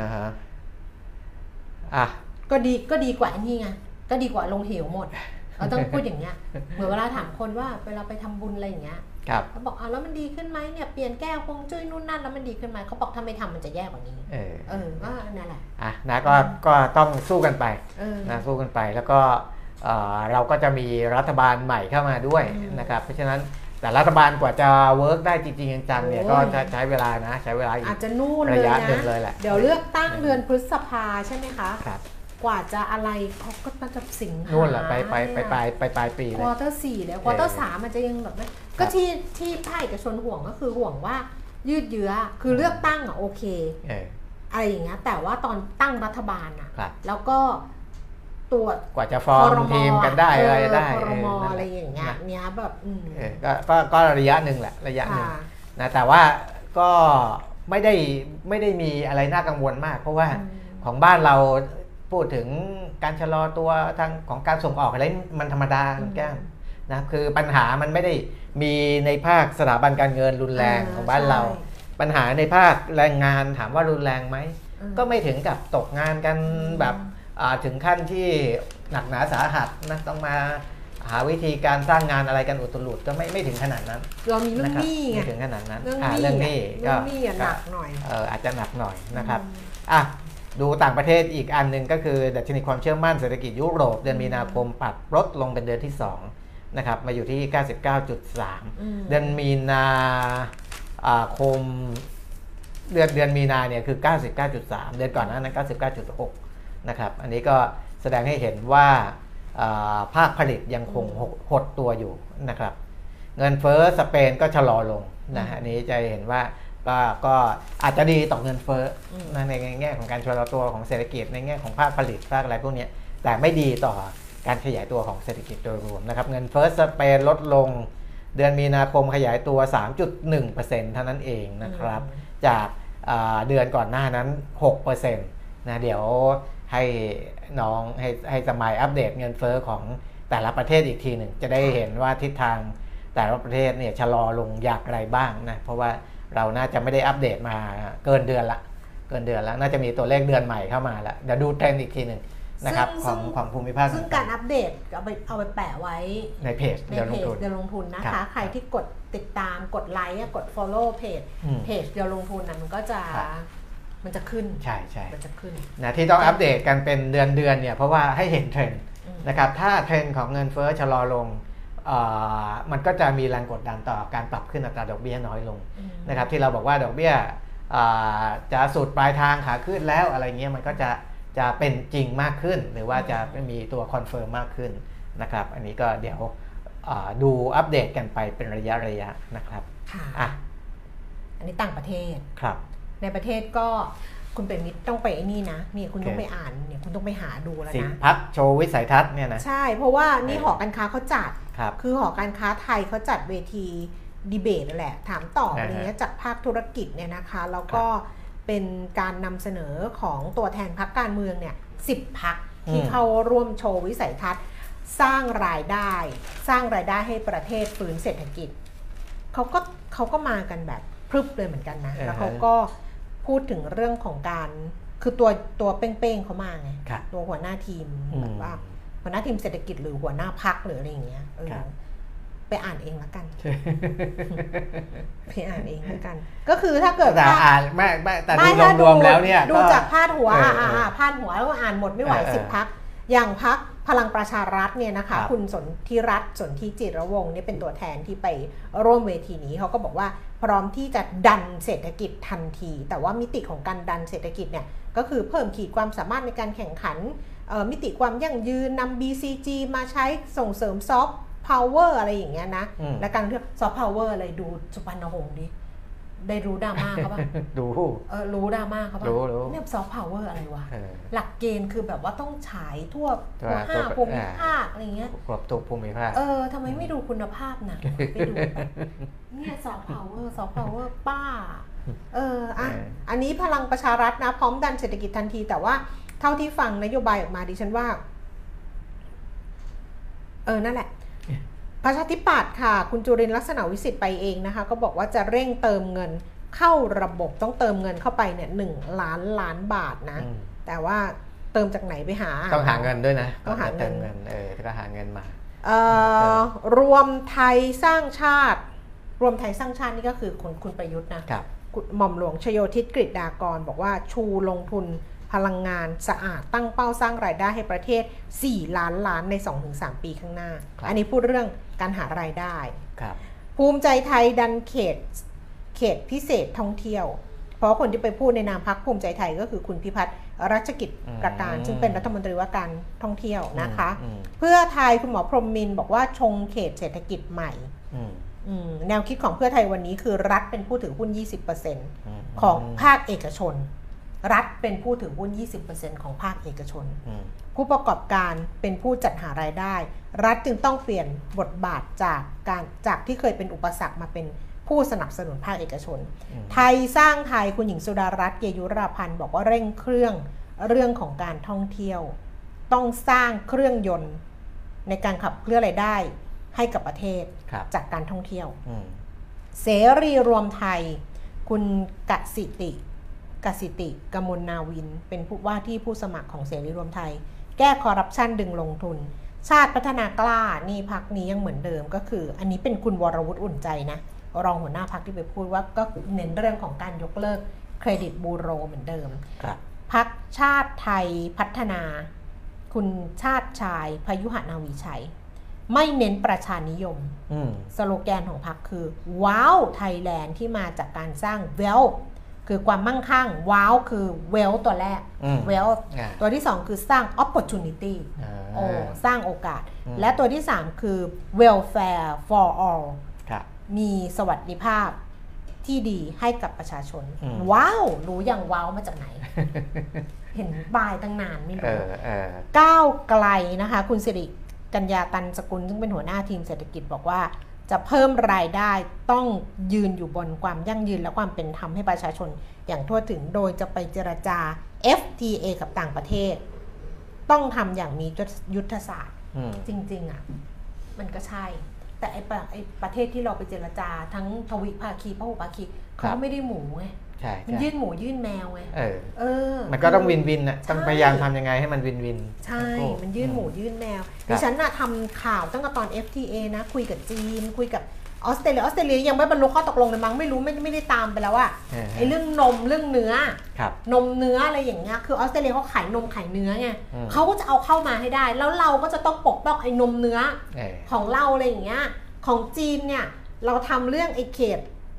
ก็ดีกว่านี่ไงก็ดีกว่าลงเหวหมดเราต้องพูดอย่างเงี้ยเหมือนเวลาถามคนว่าเวลาไปทำบุญอะไรอย่างเงี้ยเขาบอกแล้วมันดีขึ้นไหมเนี่ยเปลี่ยนแก้วคงจุ้ยนู่นนั่นแล้วมันดีขึ้นไหมเขาบอกถ้าไม่ทำมันจะแย่กว่านี้ก็นั่นแหละนะก็ต้องสู้กันไปนะสู้กันไปแล้วก็เราก็จะมีรัฐบาลใหม่เข้ามาด้วยนะครับเพราะฉะนั้นแต่รัฐบาลกว่าจะเวิร์กได้จริงๆจังๆเนี่ยก็จะใช้เวลานะใช้เวลาอาจจะนู่นระยะหนึ่งเลยแหละเดี๋ยวเลือกตั้งเดือนพฤษภาใช่ไหมคะกว่าจะอะไรเขาก็ต้องจะสิงหานู่นแหละไปปลายปีเลยควอเตอร์4แล้วควอเตอร์3มันจะยังแบบก็ที่ภาคเอกชนห่วงก็คือห่วงว่ายืดเยื้อคือเลือกตั้งโอเคอะไรอย่างเงี้ยแต่ว่าตอนตั้งรัฐบาลแล้วก็ตัวกว่าจะฟอร์มทีมกันได้อะไรได้ครมอะไรอย่างเงี้ยเนี้ยแบบก็ระยะหนึ่งแหละระยะหนึ่งนะแต่ว่าก็ไม่ได้มีอะไรน่ากังวลมากเพราะว่าของบ้านเราพูดถึงการชะลอตัวทางของการส่งออกอะไรมันธรรมดาแก้มนะคือปัญหามันไม่ได้มีในภาคสถาบันการเงินรุนแรงของบ้านเราปัญหาในภาคแรงงานถามว่ารุนแรงไหมก็ไม่ถึงกับตกงานกันแบบถึงขั้นที่หนักหนาสาหัสนะต้องมาหาวิธีการสร้างงานอะไรกันอุตลุดก็ไม่ถึงขนาดนั้นเรามีเรื่องหนี้ไงไม่ถึงขนาดนั้นเรื่องหนี้ก็หนักหน่อยอาจจะหนักหน่อยนะครับดูต่างประเทศอีกอันหนึ่งก็คือดัชนีความเชื่อมั่นเศรษฐกิจยุโรปเดือนมีนาคมปรับลดลงเป็นเดือนที่2นะครับมาอยู่ที่ 99.3 เดือนมีนาคมเดือนมีนาเนี่ยคือ 99.3 เดือนก่อนหน้านั้น 99.6 นะครับอันนี้ก็แสดงให้เห็นว่าภาคผลิตยังคงหดตัวอยู่นะครับเงินเฟ้อสเปนก็ชะลอลงนะอันนี้จะเห็นว่าก็อาจจะดีต่อเงินเฟ้อในแง่ของการชะลอตัวของเศรษฐกิจในแง่ของภาคผลิตภาคอะไรพวกนี้แต่ไม่ดีต่อการขยายตัวของเศรษฐกิจโดยรวมนะครับเงินเฟ้อสเปนลดลงเดือนมีนาคมขยายตัว 3.1% เท่านั้นเองนะครับจากเดือนก่อนหน้านั้น 6% นะเดี๋ยวให้น้องให้สมัยอัปเดตเงินเฟ้อของแต่ละประเทศอีกทีหนึ่งจะได้เห็นว่าทิศทางแต่ละประเทศเนี่ยชะลอลงอย่างไรบ้างนะเพราะว่าเราน่าจะไม่ได้อัปเดตมาเกินเดือนละน่าจะมีตัวเลขเดือนใหม่เข้ามาแล้วเดี๋ยวดูเทรนด์อีกทีหนึ่งนะครับของภูมิภาคซึ่งการอัปเดตเอาไปแปะไว้ในเพจเดี๋ยวลงทุนนะคะใครที่กดติดตามกดไลค์กด follow เพจเดี๋ยวลงทุนมันก็จะมันจะขึ้นใช่มันจะขึ้นนะที่ต้องอัปเดตกันเป็นเดือนเนี่ยเพราะว่าให้เห็นเทรนด์นะครับถ้าเทรนด์ของเงินเฟ้อชะลอลงมันก็จะมีแรงกดดันต่อการปรับขึ้นอัตราดอกเบี้ยน้อยลงนะครับที่เราบอกว่าดอกเบี้ยจะสุดปลายทางขาขึ้นแล้วอะไรเงี้ยมันก็จะเป็นจริงมากขึ้นหรือว่าจะมีตัวคอนเฟิร์มมากขึ้นนะครับอันนี้ก็เดี๋ยวดูอัปเดตกันไปเป็นระยะนะครับอันนี้ต่างประเทศครับในประเทศก็คุณเป็นมิตรต้องไปไอ้นี่นะนี่คุณต้องไปอ่านเนี่ยคุณต้องไปหาดูแล้วนะ 10 พรรคโชว์วิสัยทัศน์เนี่ยนะใช่เพราะว่านี่หอการค้าเขาจัดคือหอการค้าไทยเขาจัดเวทีดีเบตแหละถามตอบอะไรเงี้ยจากภาคธุรกิจเนี่ยนะคะแล้วก็เป็นการนำเสนอของตัวแทนพรรคการเมืองเนี่ย10 พรรคที่เข้าร่วมโชว์วิสัยทัศน์สร้างรายได้ให้ประเทศฟื้นเศรษฐกิจเขาก็มากันแบบพรึบเลยเหมือนกันนะแล้วเขาก็พูดถึงเรื่องของการคือตัวเป้งๆเขามาไงตัวหัวหน้าทีมแบบว่าหัวหน้าทีมเศรษฐกิจหรือหัวหน้าพรรคหรืออะไรอย่างเงี้ยไปอ่านเองละกันไปอ่านเองละกันก็คือถ้าเกิดอ่านไม่แต่ดูรวมๆแล้วเนี่ยดูจากพาดหัวพาดหัวแล้วก็อ่านหมดไม่ไหว10 พรรคอย่างพรรคพลังประชารัฐเนี่ยนะคะคุณสนธิรัตน์สนธิจิรวงศ์นี่เป็นตัวแทนที่ไปร่วมเวทีนี้เขาก็บอกว่าพร้อมที่จะดันเศรษฐกิจทันทีแต่ว่ามิติของการดันเศรษฐกิจเนี่ยก็คือเพิ่มขีดความสามารถในการแข่งขันมิติความยั่งยืนนำ BCG มาใช้ส่งเสริมซอฟต์พาวเวอร์อะไรอย่างเงี้ยนะและการเรื่องซอฟต์พาวเวอร์อะไรดูสุพรรณหงษ์ดิได้รู้ดราม่าเขาป่ะรู้ดราม่าเขาป่ะเนี่ยซอฟต์พาวเวอร์อะไรวะหลักเกณฑ์คือแบบว่าต้องฉายทั่ว5 ภูมิภาคอะไรเงี้ยครบทุกภูมิภาคทำไมไม่ดูคุณภาพนะไปดูเนี่ยซอฟต์พาวเวอร์ป้าอันนี้พลังประชารัฐนะพร้อมดันเศรษฐกิจทันทีแต่ว่าเท่าที่ฟังนโยบายออกมาดิฉันว่านั่นแหละประชาธิปัตย์ค่ะคุณจุรินทร์ลักษณะวิสิทธิ์ไปเองนะคะก็บอกว่าจะเร่งเติมเงินเข้าระบบต้องเติมเงินเข้าไปเนี่ย1 ล้านบาทนะแต่ว่าเติมจากไหนไปหาต้องหาเงินด้วยนะต้องหาเงินก็หาเงินมารวมไทยสร้างชาตินี่ก็คือคุณประยุทธ์นะหม่อมหลวงชโยธิตกฤษฎากรบอกว่าชูลงทุนพลังงานสะอาดตั้งเป้าสร้างรายได้ให้ประเทศ4 ล้านล้านใน 2-3 ปีข้างหน้าอันนี้พูดเรื่องการหารายได้ภูมิใจไทยดันเขตพิเศษท่องเที่ยวเพราะคนที่ไปพูดในนามพรรคภูมิใจไทยก็คือคุณพิพัฒน์รัชกิจประการซึ่งเป็นรัฐมนตรีว่าการท่องเที่ยวนะคะเพื่อไทยคุณหมอพรหมมินทร์บอกว่าชงเขตเศรษฐกิจใหม่แนวคิดของเพื่อไทยวันนี้คือรัฐเป็นผู้ถือหุ้น 20% ของภาคเอกชนรัฐเป็นผู้ถือหุ้น 20% ของภาคเอกชนผู้ประกอบการเป็นผู้จัดหารายได้รัฐจึงต้องเปลี่ยนบทบาทจากที่เคยเป็นอุปสรรคมาเป็นผู้สนับสนุนภาคเอกชนไทยสร้างไทยคุณหญิงสุดารัตน์เกยุราพันธ์บอกว่าเร่งเครื่องของการท่องเที่ยวต้องสร้างเครื่องยนต์ในการขับเคลื่อนรายได้ให้กับประเทศจากการท่องเที่ยวเสรีรวมไทยคุณกสิติกมลนาวินเป็นผู้ว่าที่ผู้สมัครของเสรีรวมไทยแก้คอร์รัปชันดึงลงทุนชาติพัฒนากล้านี่พรรคนี้ยังเหมือนเดิมก็คืออันนี้เป็นคุณวรวุฒิอุ่นใจนะรองหัวหน้าพรรคที่ไปพูดว่าก็เน้นเรื่องของการยกเลิกเครดิตบูโรเหมือนเดิมพรรคชาติไทยพัฒนาคุณชาติชายพยุหนาวีชัยไม่เน้นประชานิยมสโลแกนของพรรคคือว้าวไทยแลนด์ที่มาจากการสร้าง wealth คือความมั่งคั่งว้าวคือ wealth ตัวแรก wealth ตัวที่2คือสร้าง opportunity สร้างโอกาสและตัวที่3คือ welfare for all มีสวัสดิภาพที่ดีให้กับประชาชนว้าวรู้อย่างว้าวมาจากไหน เห็นบายตั้งนานไม่รู้ก้าวไกลนะคะคุณสิริกัญญาตันสกุลซึ่งเป็นหัวหน้าทีมเศรษฐกิจบอกว่าจะเพิ่มรายได้ต้องยืนอยู่บนความยั่งยืนและความเป็นธรรมให้ประชาชนอย่างทั่วถึงโดยจะไปเจรจา FTA กับต่างประเทศต้องทำอย่างมียุทธศาสตร์จริงๆอ่ะมันก็ใช่แต่ไอ้ประเทศที่เราไปเจรจาทั้งทวิภาคีพหุภาคีเขาไม่ได้หมูไงมันยื่นหมูยื่นแมวไงมันก็ต้องวินวินน่ะต้องพยายามทำยังไงให้มันวินวินใช่มันยื่นหมูยื่นแมวดิฉันน่ะทำข่าวตั้งแต่ตอน FTA นะคุยกับจีนคุยกับออสเตรเลียยังไม่บรรลุข้อตกลงเลยมั้งไม่รู้ไม่ได้ตามไปแล้วอะไอ้เรื่องนมเรื่องเนื้อนมเนื้ออะไรอย่างเงี้ยคือออสเตรเลียเขาขายนมขายเนื้อไงเขาก็จะเอาเข้ามาให้ได้แล้วเราก็จะต้องปกป้องไอ้นมเนื้อของเราอะไรอย่างเงี้ยของจีนเนี่ยเราทำเรื่องไอ้เขต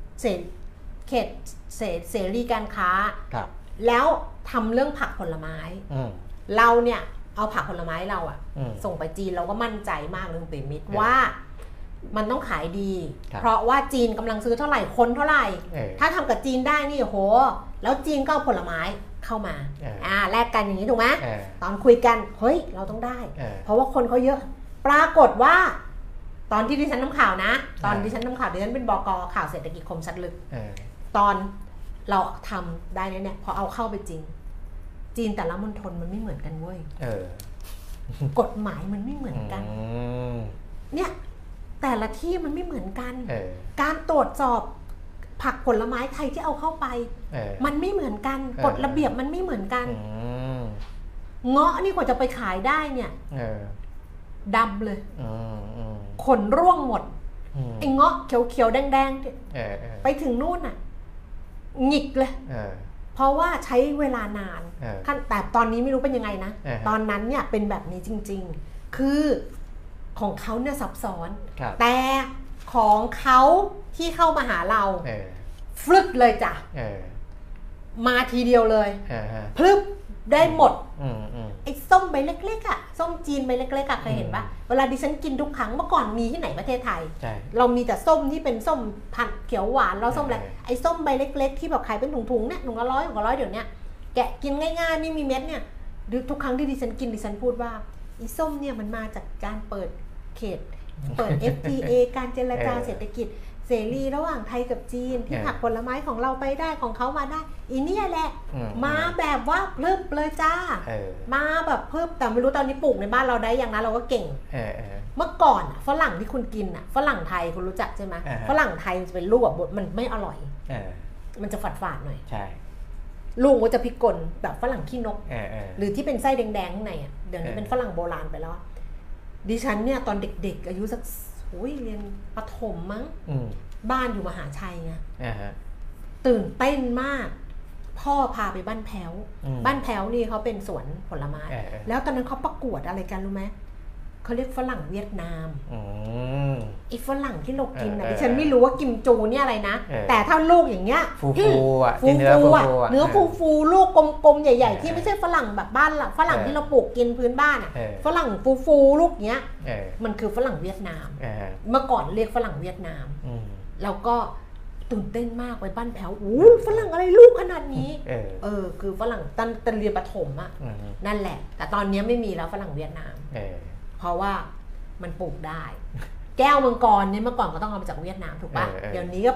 เสรีการค้าแล้วทำเรื่องผักผลไม้เราเนี่ยเอาผักผลไม้เราอะส่งไปจีนเราก็มั่นใจมากเรื่องเปรมิตรว่ามันต้องขายดีเพราะว่าจีนกำลังซื้อเท่าไหร่คนเท่าไหร่ถ้าทำกับจีนได้นี่โหแล้วจีนก็เอาผลไม้เข้ามาแลกกันอย่างนี้ถูกไหมตอนคุยกันเฮ้ยเราต้องได้เพราะว่าคนเขาเยอะปรากฏว่าตอนที่ดิฉันทำข่าวนะตอนดิฉันทำข่าวดิฉันเป็นบก.ข่าวเศรษฐกิจคมชัดลึกตอนเราทำได้เนี่ยพอเอาเข้าไปจริงจีนแต่ละมณฑลมันไม่เหมือนกันเว้ยกฎหมายมันไม่เหมือนกันเนี่ยแต่ละที่มันไม่เหมือนกันการตรวจสอบผักผลไม้ไทยที่เอาเข้าไปมันไม่เหมือนกันกฎระเบียบมันไม่เหมือนกันเงาะนี่กว่าจะไปขายได้เนี่ยดำเลยขนร่วงหมดไอ้เงาะเขียวๆแดงๆไปถึงนู่นน่ะหงิกเลยเพราะว่าใช้เวลานานแต่ตอนนี้ไม่รู้เป็นยังไงนะตอนนั้นเนี่ยเป็นแบบนี้จริงๆคือของเขาเนี่ยซับซ้อนแต่ของเขาที่เข้ามาหาเราฟลึกเลยจ้ะมาทีเดียวเลยพลึบได้หมดไอ้ส้มใบเล็กๆอ่ะส้มจีนใบเล็กๆอ่ะเคยเห็นปะเวลาดิฉันกินทุกครั้งเมื่อก่อนมีที่ไหนประเทศไทยเรามีแต่ส้มที่เป็นส้มพันธุ์เขียวหวานแล้วส้มอะไรไอ้ส้มใบเล็กๆที่แบบขายเป็นถุงๆเนี่ยถุงละ100เดี๋ยวนี้แกะกินง่ายๆไม่มีเม็ดเนี่ยทุกครั้งที่ดิฉันกินดิฉันพูดว่าไอ้ส้มเนี่ยมันมาจากการเปิดเขตเปิด FTA การเจรจาเศรษฐกิจเสรีระหว่างไทยกับจีนที่ผักผลไม้ของเราไปได้ของเขามาได้อีเนี่ยแหละมาแบบว่าเพิ่มเลยจ้ามาแบบเพิ่มแต่ไม่รู้ตอนนี้ปลูกในบ้านเราได้ยังนะเราก็เก่งเมื่อก่อนฝรั่งที่คุณกินอ่ะฝรั่งไทยคุณรู้จักใช่ไหมฝรั่งไทยจะเป็นลูกแบบมันไม่อร่อยมันจะฝาดๆหน่อยลูกมันจะพิกลแบบฝรั่งขี้นกหรือที่เป็นไส้แดงๆข้างในอ่ะเดี๋ยวนี้เป็นฝรั่งโบราณไปแล้วดิฉันเนี่ยตอนเด็กๆอายุสักเรียนประถมมั้งบ้านอยู่มหาชัยไงตื่นเต้นมากพ่อพาไปบ้านแพ้วบ้านแพ้วนี่เขาเป็นสวนผลไม้แล้วตอนนั้นเขาประกวดอะไรกันรู้ไหมเขาเรียกฝรั่งเวียดนามไอ้ฝรั่งที่เรากินอ่ะดิฉันไม่รู้ว่ากิมจูเนี่ยอะไรนะแต่ถ้าลูกอย่างเงี้ยฟูอ่ะเนื้อฟูลูกกลมๆใหญ่ๆที่ไม่ใช่ฝรั่งแบบบ้านฝรั่งที่เราปลูกกินพื้นบ้านอ่ะฝรั่งฟูลูกเงี้ยมันคือฝรั่งเวียดนามเมื่อก่อนเรียกฝรั่งเวียดนามแล้วก็ตื่นเต้นมากไปบ้านแพ้วฝรั่งอะไรลูกขนาดนี้คือฝรั่งตอนเรียนประถมอ่ะนั่นแหละแต่ตอนนี้ไม่มีแล้วฝรั่งเวียดนามเพราะว่ามันปลูกได้แก้วมังกรเนี่ยเมื่อก่อนก็ต้องเอามาจากเวียดนามถูกป่ะเดี๋ยวนี้ก็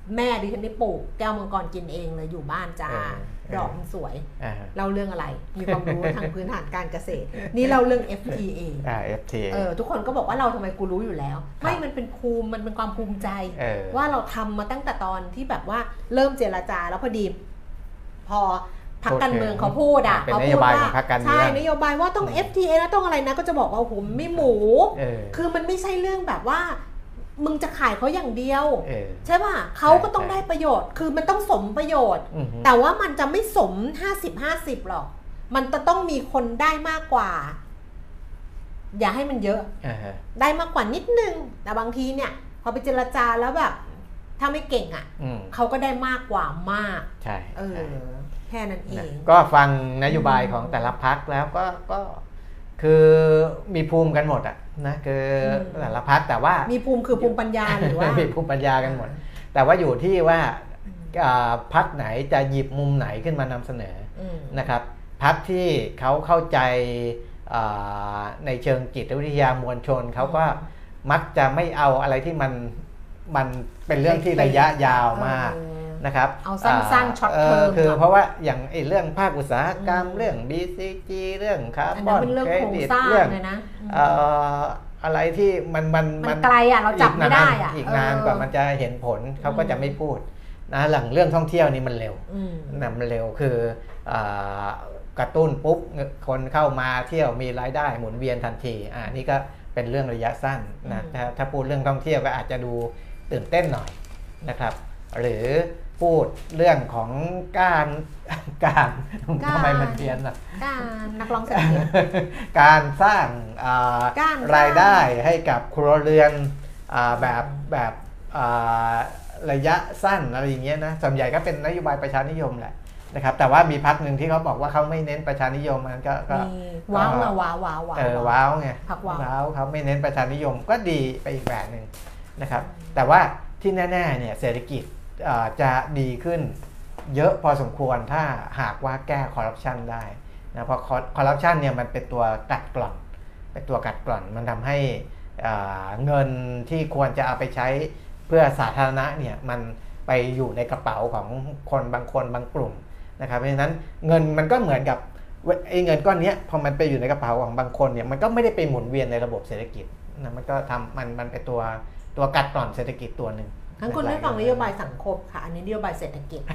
แม่ดิฉันได้ปลูกแก้วมังกรกินเองเลยอยู่บ้านจ้าดอกมันสวยเล่าเรื่องอะไรมีความรู้ทางพื้นฐานการเกษตรนี่เล่าเรื่อง FTA FTA ทุกคนก็บอกว่าเราทำไมกูรู้อยู่แล้วไม่มันเป็นภูมิมันเป็นความภูมิใจว่าเราทำมาตั้งแต่ตอนที่แบบว่าเริ่มเจรจาแล้วพอดีพอพรรคการเมืองเขาพูดอ่ะเขาพูดว่าใช่นโยบายว่าต้อง FTA นะต้องอะไรนะก็จะบอกว่าโอ้โหไม่หมูคือมันไม่ใช่เรื่องแบบว่ามึงจะขายเขาอย่างเดียวใช่ป่ะเขาก็ต้องได้ประโยชน์คือมันต้องสมประโยชน์แต่ว่ามันจะไม่สม50-50หรอกมันจะต้องมีคนได้มากกว่าอย่าให้มันเยอะได้มากกว่านิดนึงแต่บางทีเนี่ยพอไปเจรจาแล้วแบบถ้าไม่เก่งอ่ะเขาก็ได้มากกว่ามากใช่แค่นั้นเองก็ฟังนโยบายของแต่ละพรรคแล้วก็คือมีภูมิกันหมดอ่ะนะคือแต่ละพรรคแต่ว่ามีภูมิคือภูมิปัญญาหรือว่ามีภูมิปัญญากันหมดแต่ว่าอยู่ที่ว่าพรรคไหนจะหยิบมุมไหนขึ้นมานำเสนอนะครับพรรคที่เขาเข้าใจในเชิงจิตวิทยามวลชนเขาก็มักจะไม่เอาอะไรที่มันเป็นเรื่องที่ระยะยาวมากนะครับเอาสั้นๆช็อตเทอมคือเพราะว่าอย่างเรื่องภาคอุตสาหกรรมเรื่อง BCG เรื่องคาร์บอนเครดิตเรื่องอะไรที่มันไกลอ่ะเราจับไม่ได้อ่ะอีกนานกว่ามันจะเห็นผลเขาก็จะไม่พูดนะหลังเรื่องท่องเที่ยวนี่มันเร็วนะมันเร็วคือกระตุ้นปุ๊บคนเข้ามาเที่ยวมีรายได้หมุนเวียนทันทีนี่ก็เป็นเรื่องระยะสั้นนะถ้าพูดเรื่องท่องเที่ยวก็อาจจะดูตื่นเต้นหน่อยนะครับหรือพูดเรื่องของการทำไมมันเพี้ยนอ่ะการนักร้องเสียงการสร้างรายได้ให้กับครัวเรือนแบบระยะสั้นอะไรอย่างเงี้ยนะส่วนใหญ่ก็เป็นนโยบายประชานิยมแหละนะครับแต่ว่ามีพรรคหนึ่งที่เขาบอกว่าเขาไม่เน้นประชานิยมมันก็ว้าวว้าวไงว้าวเขาไม่เน้นประชานิยมก็ดีไปอีกแบบนึงนะครับแต่ว่าที่แน่ๆเนี่ยเศรษฐกิจจะดีขึ้นเยอะพอสมควรถ้าหากว่าแก้คอร์รัปชันได้นะเพราะคอร์รัปชันเนี่ยมันเป็นตัวกัดกร่อนมันทำให้เงินที่ควรจะเอาไปใช้เพื่อสาธารณะเนี่ยมันไปอยู่ในกระเป๋าของคนบางกลุ่มนะครับเพราะฉะนั้นเงินมันก็เหมือนกับไอ้เงินก้อนนี้พอมันไปอยู่ในกระเป๋าของบางคนเนี่ยมันก็ไม่ได้ไปหมุนเวียนในระบบเศรษฐกิจนะมันก็ทำมันเป็นตัวกัดกร่อนเศรษฐกิจตัวหนึ่งทั้งคนไม่ฟังนโยบายสังคมค่ะอันนี้นโยบายเศรษฐกิจ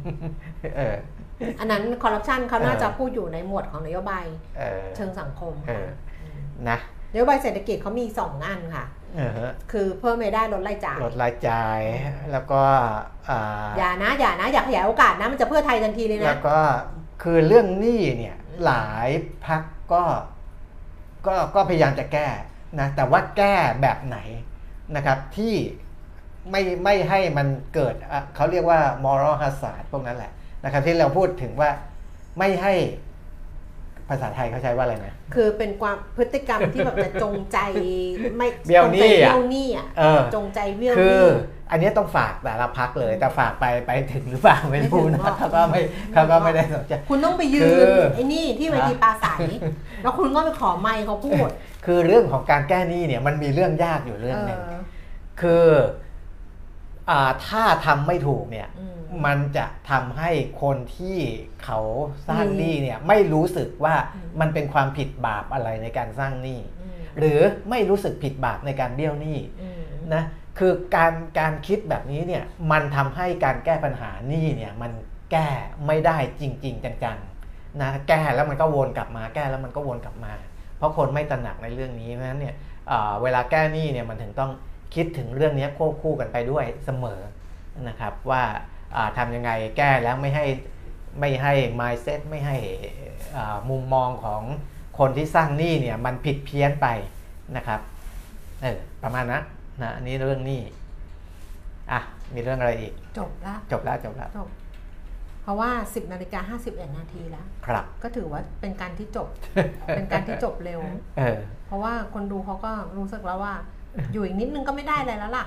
อันนั้นคอร์รัปชันเขาน่าจะพูดอยู่ในหมวดของนโยบายเชิงสังคมนะนโยบายเศรษฐกิจเขามี2งานค่ะคือเพิ่มรายได้ลดรายจ่ายแล้วก็อย่าขยายโอกาสนะมันจะเพื่อไทยทันทีเลยนะแล้วก็คือเรื่องหนี้เนี่ยหลายพรรคก็พยายามจะแก้นะแต่ว่าแก้แบบไหนนะครับที่ไม่ให้มันเกิดเขาเรียกว่า moral hazard พวกนั้นแหละนะครับที่เราพูดถึงว่าไม่ให้ภาษาไทยเขาใช้ว่าอะไรนะคือเป็นความพฤติกรรมที่แบบจะจงใจไม่เบี้ยวหนี้อ่ะจงใจเบี้ยวหนี้คืออันนี้ต้องฝากแต่ละพรรคเลยแต่ฝากไปถึงหรือเปล่าไม่รู้นะเขาก็ไม่ได้สนใจคุณต้องไปยืนไอ้นี่ที่เวทีปราศัยแล้วคุณก็ไปขอไมค์เขาพูดคือเรื่องของการแก้หนี้เนี่ยมันมีเรื่องยากอยู่เรื่องนึงคือถ้าทำไม่ถูกเนี่ยมันจะทำให้คนที่เขาสร้างหนี้เนี่ยไม่รู้สึกว่ามันเป็นความผิดบาปอะไรในการสร้างหนี้หรือไม่รู้สึกผิดบาปในการเบี้ยวหนี้นะคือการคิดแบบนี้เนี่ยมันทำให้การแก้ปัญหาหนี้เนี่ยมันแก้ไม่ได้จริงๆจังๆนะแก้แล้วมันก็วนกลับมาแก้แล้วมันก็วนกลับมาเพราะคนไม่ตระหนักในเรื่องนี้เพราะฉะนั้นเนี่ยเวลาแก้หนี้เนี่ยมันถึงต้องคิดถึงเรื่องนี้ควบคู่กันไปด้วยเสมอนะครับว่าทำยังไงแก้แล้วไม่ให้ mindset ไม่ให้มุมมองของคนที่สร้างหนี้เนี่ยมันผิดเพี้ยนไปนะครับประมาณนั้นนะอันนี้เรื่องหนี้มีเรื่องอะไรอีกจบแล้วเพราะว่า 10:51 น.แล้วครับก็ถือว่าเป็นการที่จบ เป็นการที่จบเร็วเพราะว่าคนดูเขาก็รู้สึกแล้วว่าอยู่อีกนิดนึงก็ไม่ได้อะไรแล้วล่ะ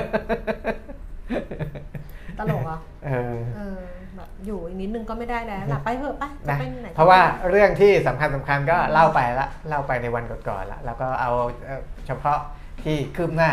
ตลกอ่ะแบบอยู่อีกนิดนึงก็ไม่ได้แล้วล่ะไปเถอะไปจะไปไหนเพราะว่าเรื่องที่สำคัญก็เล่าไปในวันก่อนๆแล้วก็เอาเฉพาะที่คืบหน้า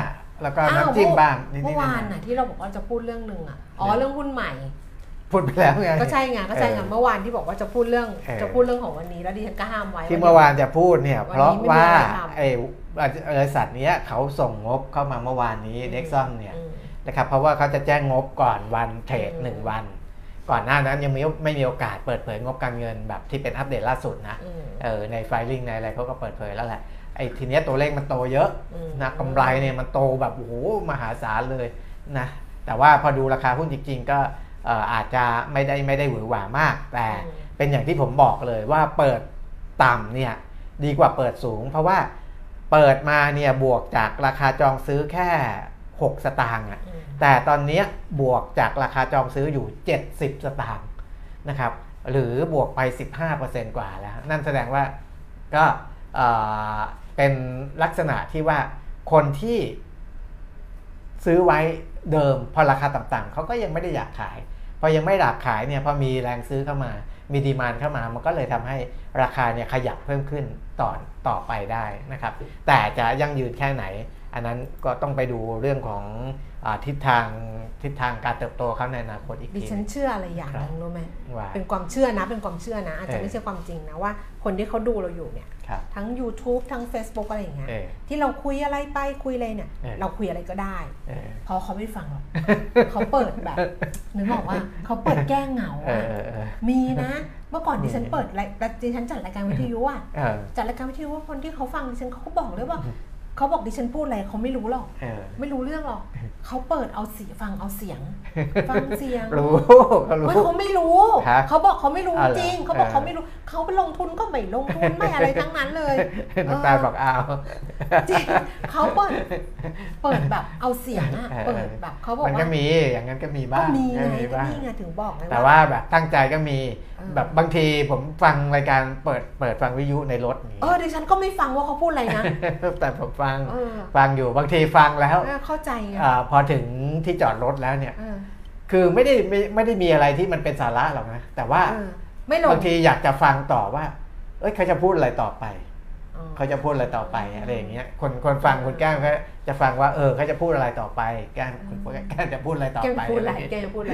แล้วก็น้ำจิ้มบ้างเมื่อวานน่ะที่เราบอกว่าจะพูดเรื่องนึงอ่ะเรื่องหุ้นใหม่พูดไปแล้วไงก็ใช่ไงเมื่อวานที่บอกว่าจะพูดเรื่องของวันนี้แล้วดิฉันก็ห้ามไว้ที่เมื่อวานจะพูดเนี่ยเพราะว่าไอ้บริษัทนี้เขาส่งงบเข้ามาเมื่อวานนี้เด็กซ่อมเนี่ยนะครับเพราะว่าเขาจะแจ้งงบก่อนวันเทรด1วันก่อนหน้านั้นยังไม่มีโอกาสเปิดเผยงบการเงินแบบที่เป็นอัปเดตล่าสุดนะในไฟลิ่งในอะไรเขาก็เปิดเผยแล้วแหละไอ้ทีเนี้ยตัวเลขมันโตเยอะนะกำไรเนี่ยมันโตแบบโอ้โหมหาศาลเลยนะแต่ว่าพอดูราคาหุ้นจริงๆก็อาจจะไม่ได้หวือหวามากแต่เป็นอย่างที่ผมบอกเลยว่าเปิดต่ำเนี่ยดีกว่าเปิดสูงเพราะว่าเปิดมาเนี่ยบวกจากราคาจองซื้อแค่6 สตางค์อ่ะแต่ตอนนี้บวกจากราคาจองซื้ออยู่70 สตางค์นะครับหรือบวกไป 15% กว่าแล้วนั่นแสดงว่าก็เป็นลักษณะที่ว่าคนที่ซื้อไว้เดิมพอราคาต่ำๆเขาก็ยังไม่ได้อยากขายพอยังไม่อยากขายเนี่ยพอมีแรงซื้อเข้ามามีดีมานด์เข้ามามันก็เลยทำให้ราคาเนี่ยขยับเพิ่มขึ้นต่อไปได้นะครับแต่จะยั่งยืนแค่ไหนอันนั้นก็ต้องไปดูเรื่องของทิศทางการเติบโตเขาในอนาคตอีกทีดิฉันเชื่ออะไรอย่างนึงรู้ไหมเป็นความเชื่อนะอาจจะไม่ใช่ความจริงนะว่าคนที่เขาดูเราอยู่เนี่ยทั้ง YouTube ทั้ง Facebook อะไรอย่างเงี้ยที่เราคุยอะไรไปคุยอะไรเนี่ยเราคุยอะไรก็ได้เพราะเขาไม่ฟังหรอกเขาเปิดแบบนึกออกว่าเขาเปิดแก้เหงามีนะเมื่อก่อนดิฉันดิฉันจัดรายการวิทยุจัดรายการวิทยุว่าคนที่เขาฟังดิฉันเขาก็บอกเลยว่าเขาบอกดิฉันพูดอะไรเขาไม่รู้หรอกไม่รู้เรื่องหรอกเขาเปิดเอาเสียงฟังเสียงรู้เขาไม่รู้เขาบอกเขาไม่รู้จริงเขาบอกเขาไม่รู้เขาไปลงทุนก็ไม่ลงทุนไม่อะไรทั้งนั้นเลยน้ำตาลบอกเอาจริงเขาเปิดแบบเอาเสียงอะเปิดแบบเขาบอกว่ามันก็มีอย่างนั้นก็มีบ้างมีไงถึงบอกไงแต่ว่าแบบตั้งใจก็มีแบบบางทีผมฟังรายการเปิดฟังวิทยุในรถนี่ดิฉันก็ไม่ฟังว่าเขาพูดอะไรนะแต่ผมฟังอยู่บางทีฟังแล้วเข้าใจพอถึงที่จอดรถแล้วเนี่ยคือไม่ได้มีอะไรที่มันเป็นสาระหรอกนะแต่ว่าบางทีอยากจะฟังต่อว่าเขาจะพูดอะไรต่อไปเขาจะพูดอะไรต่อไปอะไรอย่างเงี้ยคนฟังคุณแก้มเขาจะฟังว่าเขาจะพูดอะไรต่อไปแก้มจะพูดอะไรต่อไปแก้มพูดอะไร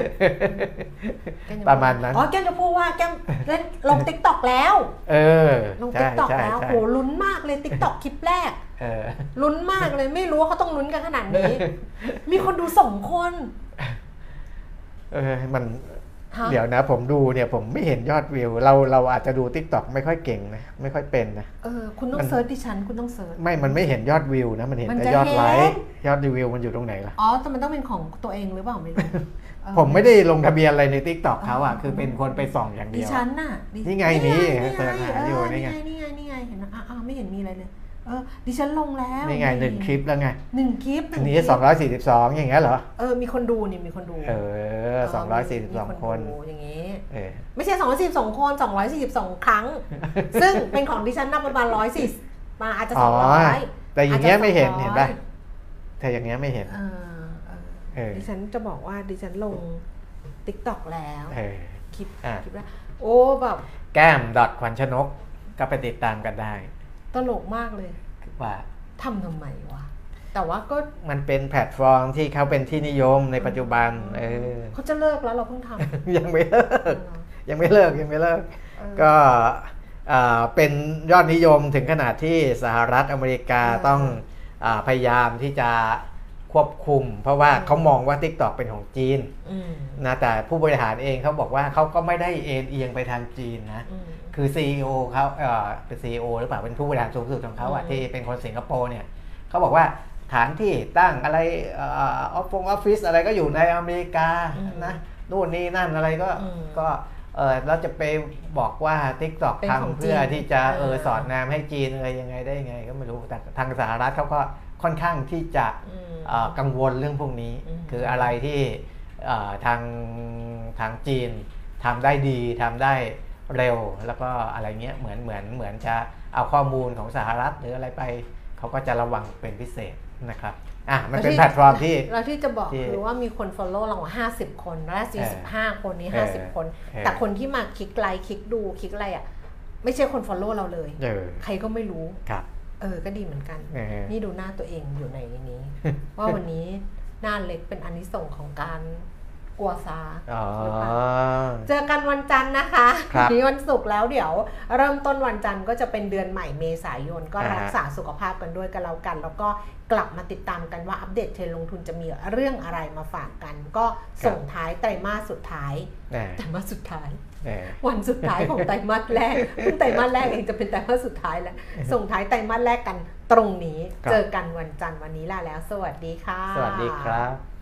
ประมาณนั้นแก้มจะพูดว่าแก้มเล่นลง TikTok แล้วลง TikTok แล้วโหลุ้นมากเลย TikTok คลิปแรกลุ้นมากเลยไม่รู้ว่าเขาต้องลุ้นกันขนาดนี้มีคนดู2 คนมันเดี๋ยวนะผมดูเนี่ยผมไม่เห็นยอดวิวเราอาจจะดู TikTok ไม่ค่อยเก่งนะไม่ค่อยเป็นนะคุณต้องเซิร์ชดิฉันคุณต้องเซิร์ชมันไม่เห็นยอดวิวนะมันเห็นแต่ยอดไลค์ยอดรีวิวมันอยู่ตรงไหนล่ะแต่มันต้องเป็นของตัวเองหรือเปล่าไม่รู้ผมไม่ได้ลงทะเบียนอะไรใน TikTok เขาอ่ะคือเป็นคนไปส่องอย่างเดียวดิฉันน่ะนี่ไงนี่เสิร์ชหาอยู่นี่ไงเห็นไม่เห็นมีอะไรเลยดิฉันลงแล้วนี่ไง1 คลิปแล้วไง 1 คลิปอันนี้242อย่างเงี้ยเหรอมีคนดูนี่มีคนดู 242 คนอย่างงี้ไม่ใช่242 คน242 ครั้งซึ่งเป็นของดิฉันนับประมาณ140มาอาจจะ200 แต่อย่างเงี้ยไม่เห็นป่ะแต่อย่างเงี้ยไม่เห็นดิฉันจะบอกว่าดิฉันลง TikTok แล้วคลิปแล้วแบบแก้มขวัญชนกก็ไปติดตามกันได้ตลกมากเลยว่าทำไมวะแต่ว่าก็มันเป็นแพลตฟอร์มที่เขาเป็นที่นิยมในปัจจุบันเขาจะเลิกแล้วเราเพิ่งทำยังไม่เลิกก็เป็นยอดนิยมถึงขนาดที่สหรัฐอเมริกาต้องพยายามที่จะควบคุมเพราะว่าเขามองว่า TikTok เป็นของจีนนะแต่ผู้บริหารเองเขาบอกว่าเขาก็ไม่ได้เอียงไปทางจีนนะคือ CEO เขาเป็น CEO หรือเปล่าเป็นผู้บริหารสูงสุดของเขาที่เป็นคนสิงคโปร์เนี่ยเขาบอกว่าฐานที่ตั้งอะไรออฟฟิศอะไรก็อยู่ในอเมริกานะนู่นนี่นั่นอะไรก็เราจะไปบอกว่า TikTok ทำเพื่อที่จะสอดแนมให้จีนอะไรยังไงได้ยังไงก็ไม่รู้แต่ทางสหรัฐเขาก็ค่อนข้างที่จะกังวลเรื่องพวกนี้คืออะไรที่ทางจีนทำได้ดีทำได้เร็วแล้วก็อะไรเงี้ยเหมือนจะเอาข้อมูลของสหรัฐหรืออะไรไปเขาก็จะระวังเป็นพิเศษนะครับมันเป็นแพลตฟอร์มที่เราที่จะบอกคือว่ามีคน follow เรา50 คนและ45 คนนี้50 คนแต่คนที่มาคลิกไลค์คลิกดูคลิกอะไรไม่ใช่คน follow เราเลยใครก็ไม่รู้ก็ดีเหมือนกันนี่ดูหน้าตัวเองอยู่ในนี้ ว่าวันนี้หน้าเล็กเป็นอานิสงส์ของการกลัวซาเจอกันวันจันทร์นะคะนี้วันศุกร์แล้วเดี๋ยวเริ่มต้นวันจันทร์ก็จะเป็นเดือนใหม่เมษายนก็รักษาสุขภาพกันด้วยกันแล้วกันแล้วก็กลับมาติดตามกันว่าอัปเดตเทรนด์ลงทุนจะมีเรื่องอะไรมาฝากกันก็ส่งท้ายไตรมาสสุดท้ายวันสุดท้ายของไตรมาสแรกไตรมาสแรกเองจะเป็นไตรมาสสุดท้ายแล้วส่งท้ายไตรมาสแรกกันตรงนี้เจอกันวันจันทร์วันนี้ลาแล้วสวัสดีค่ะสวัสดีครับ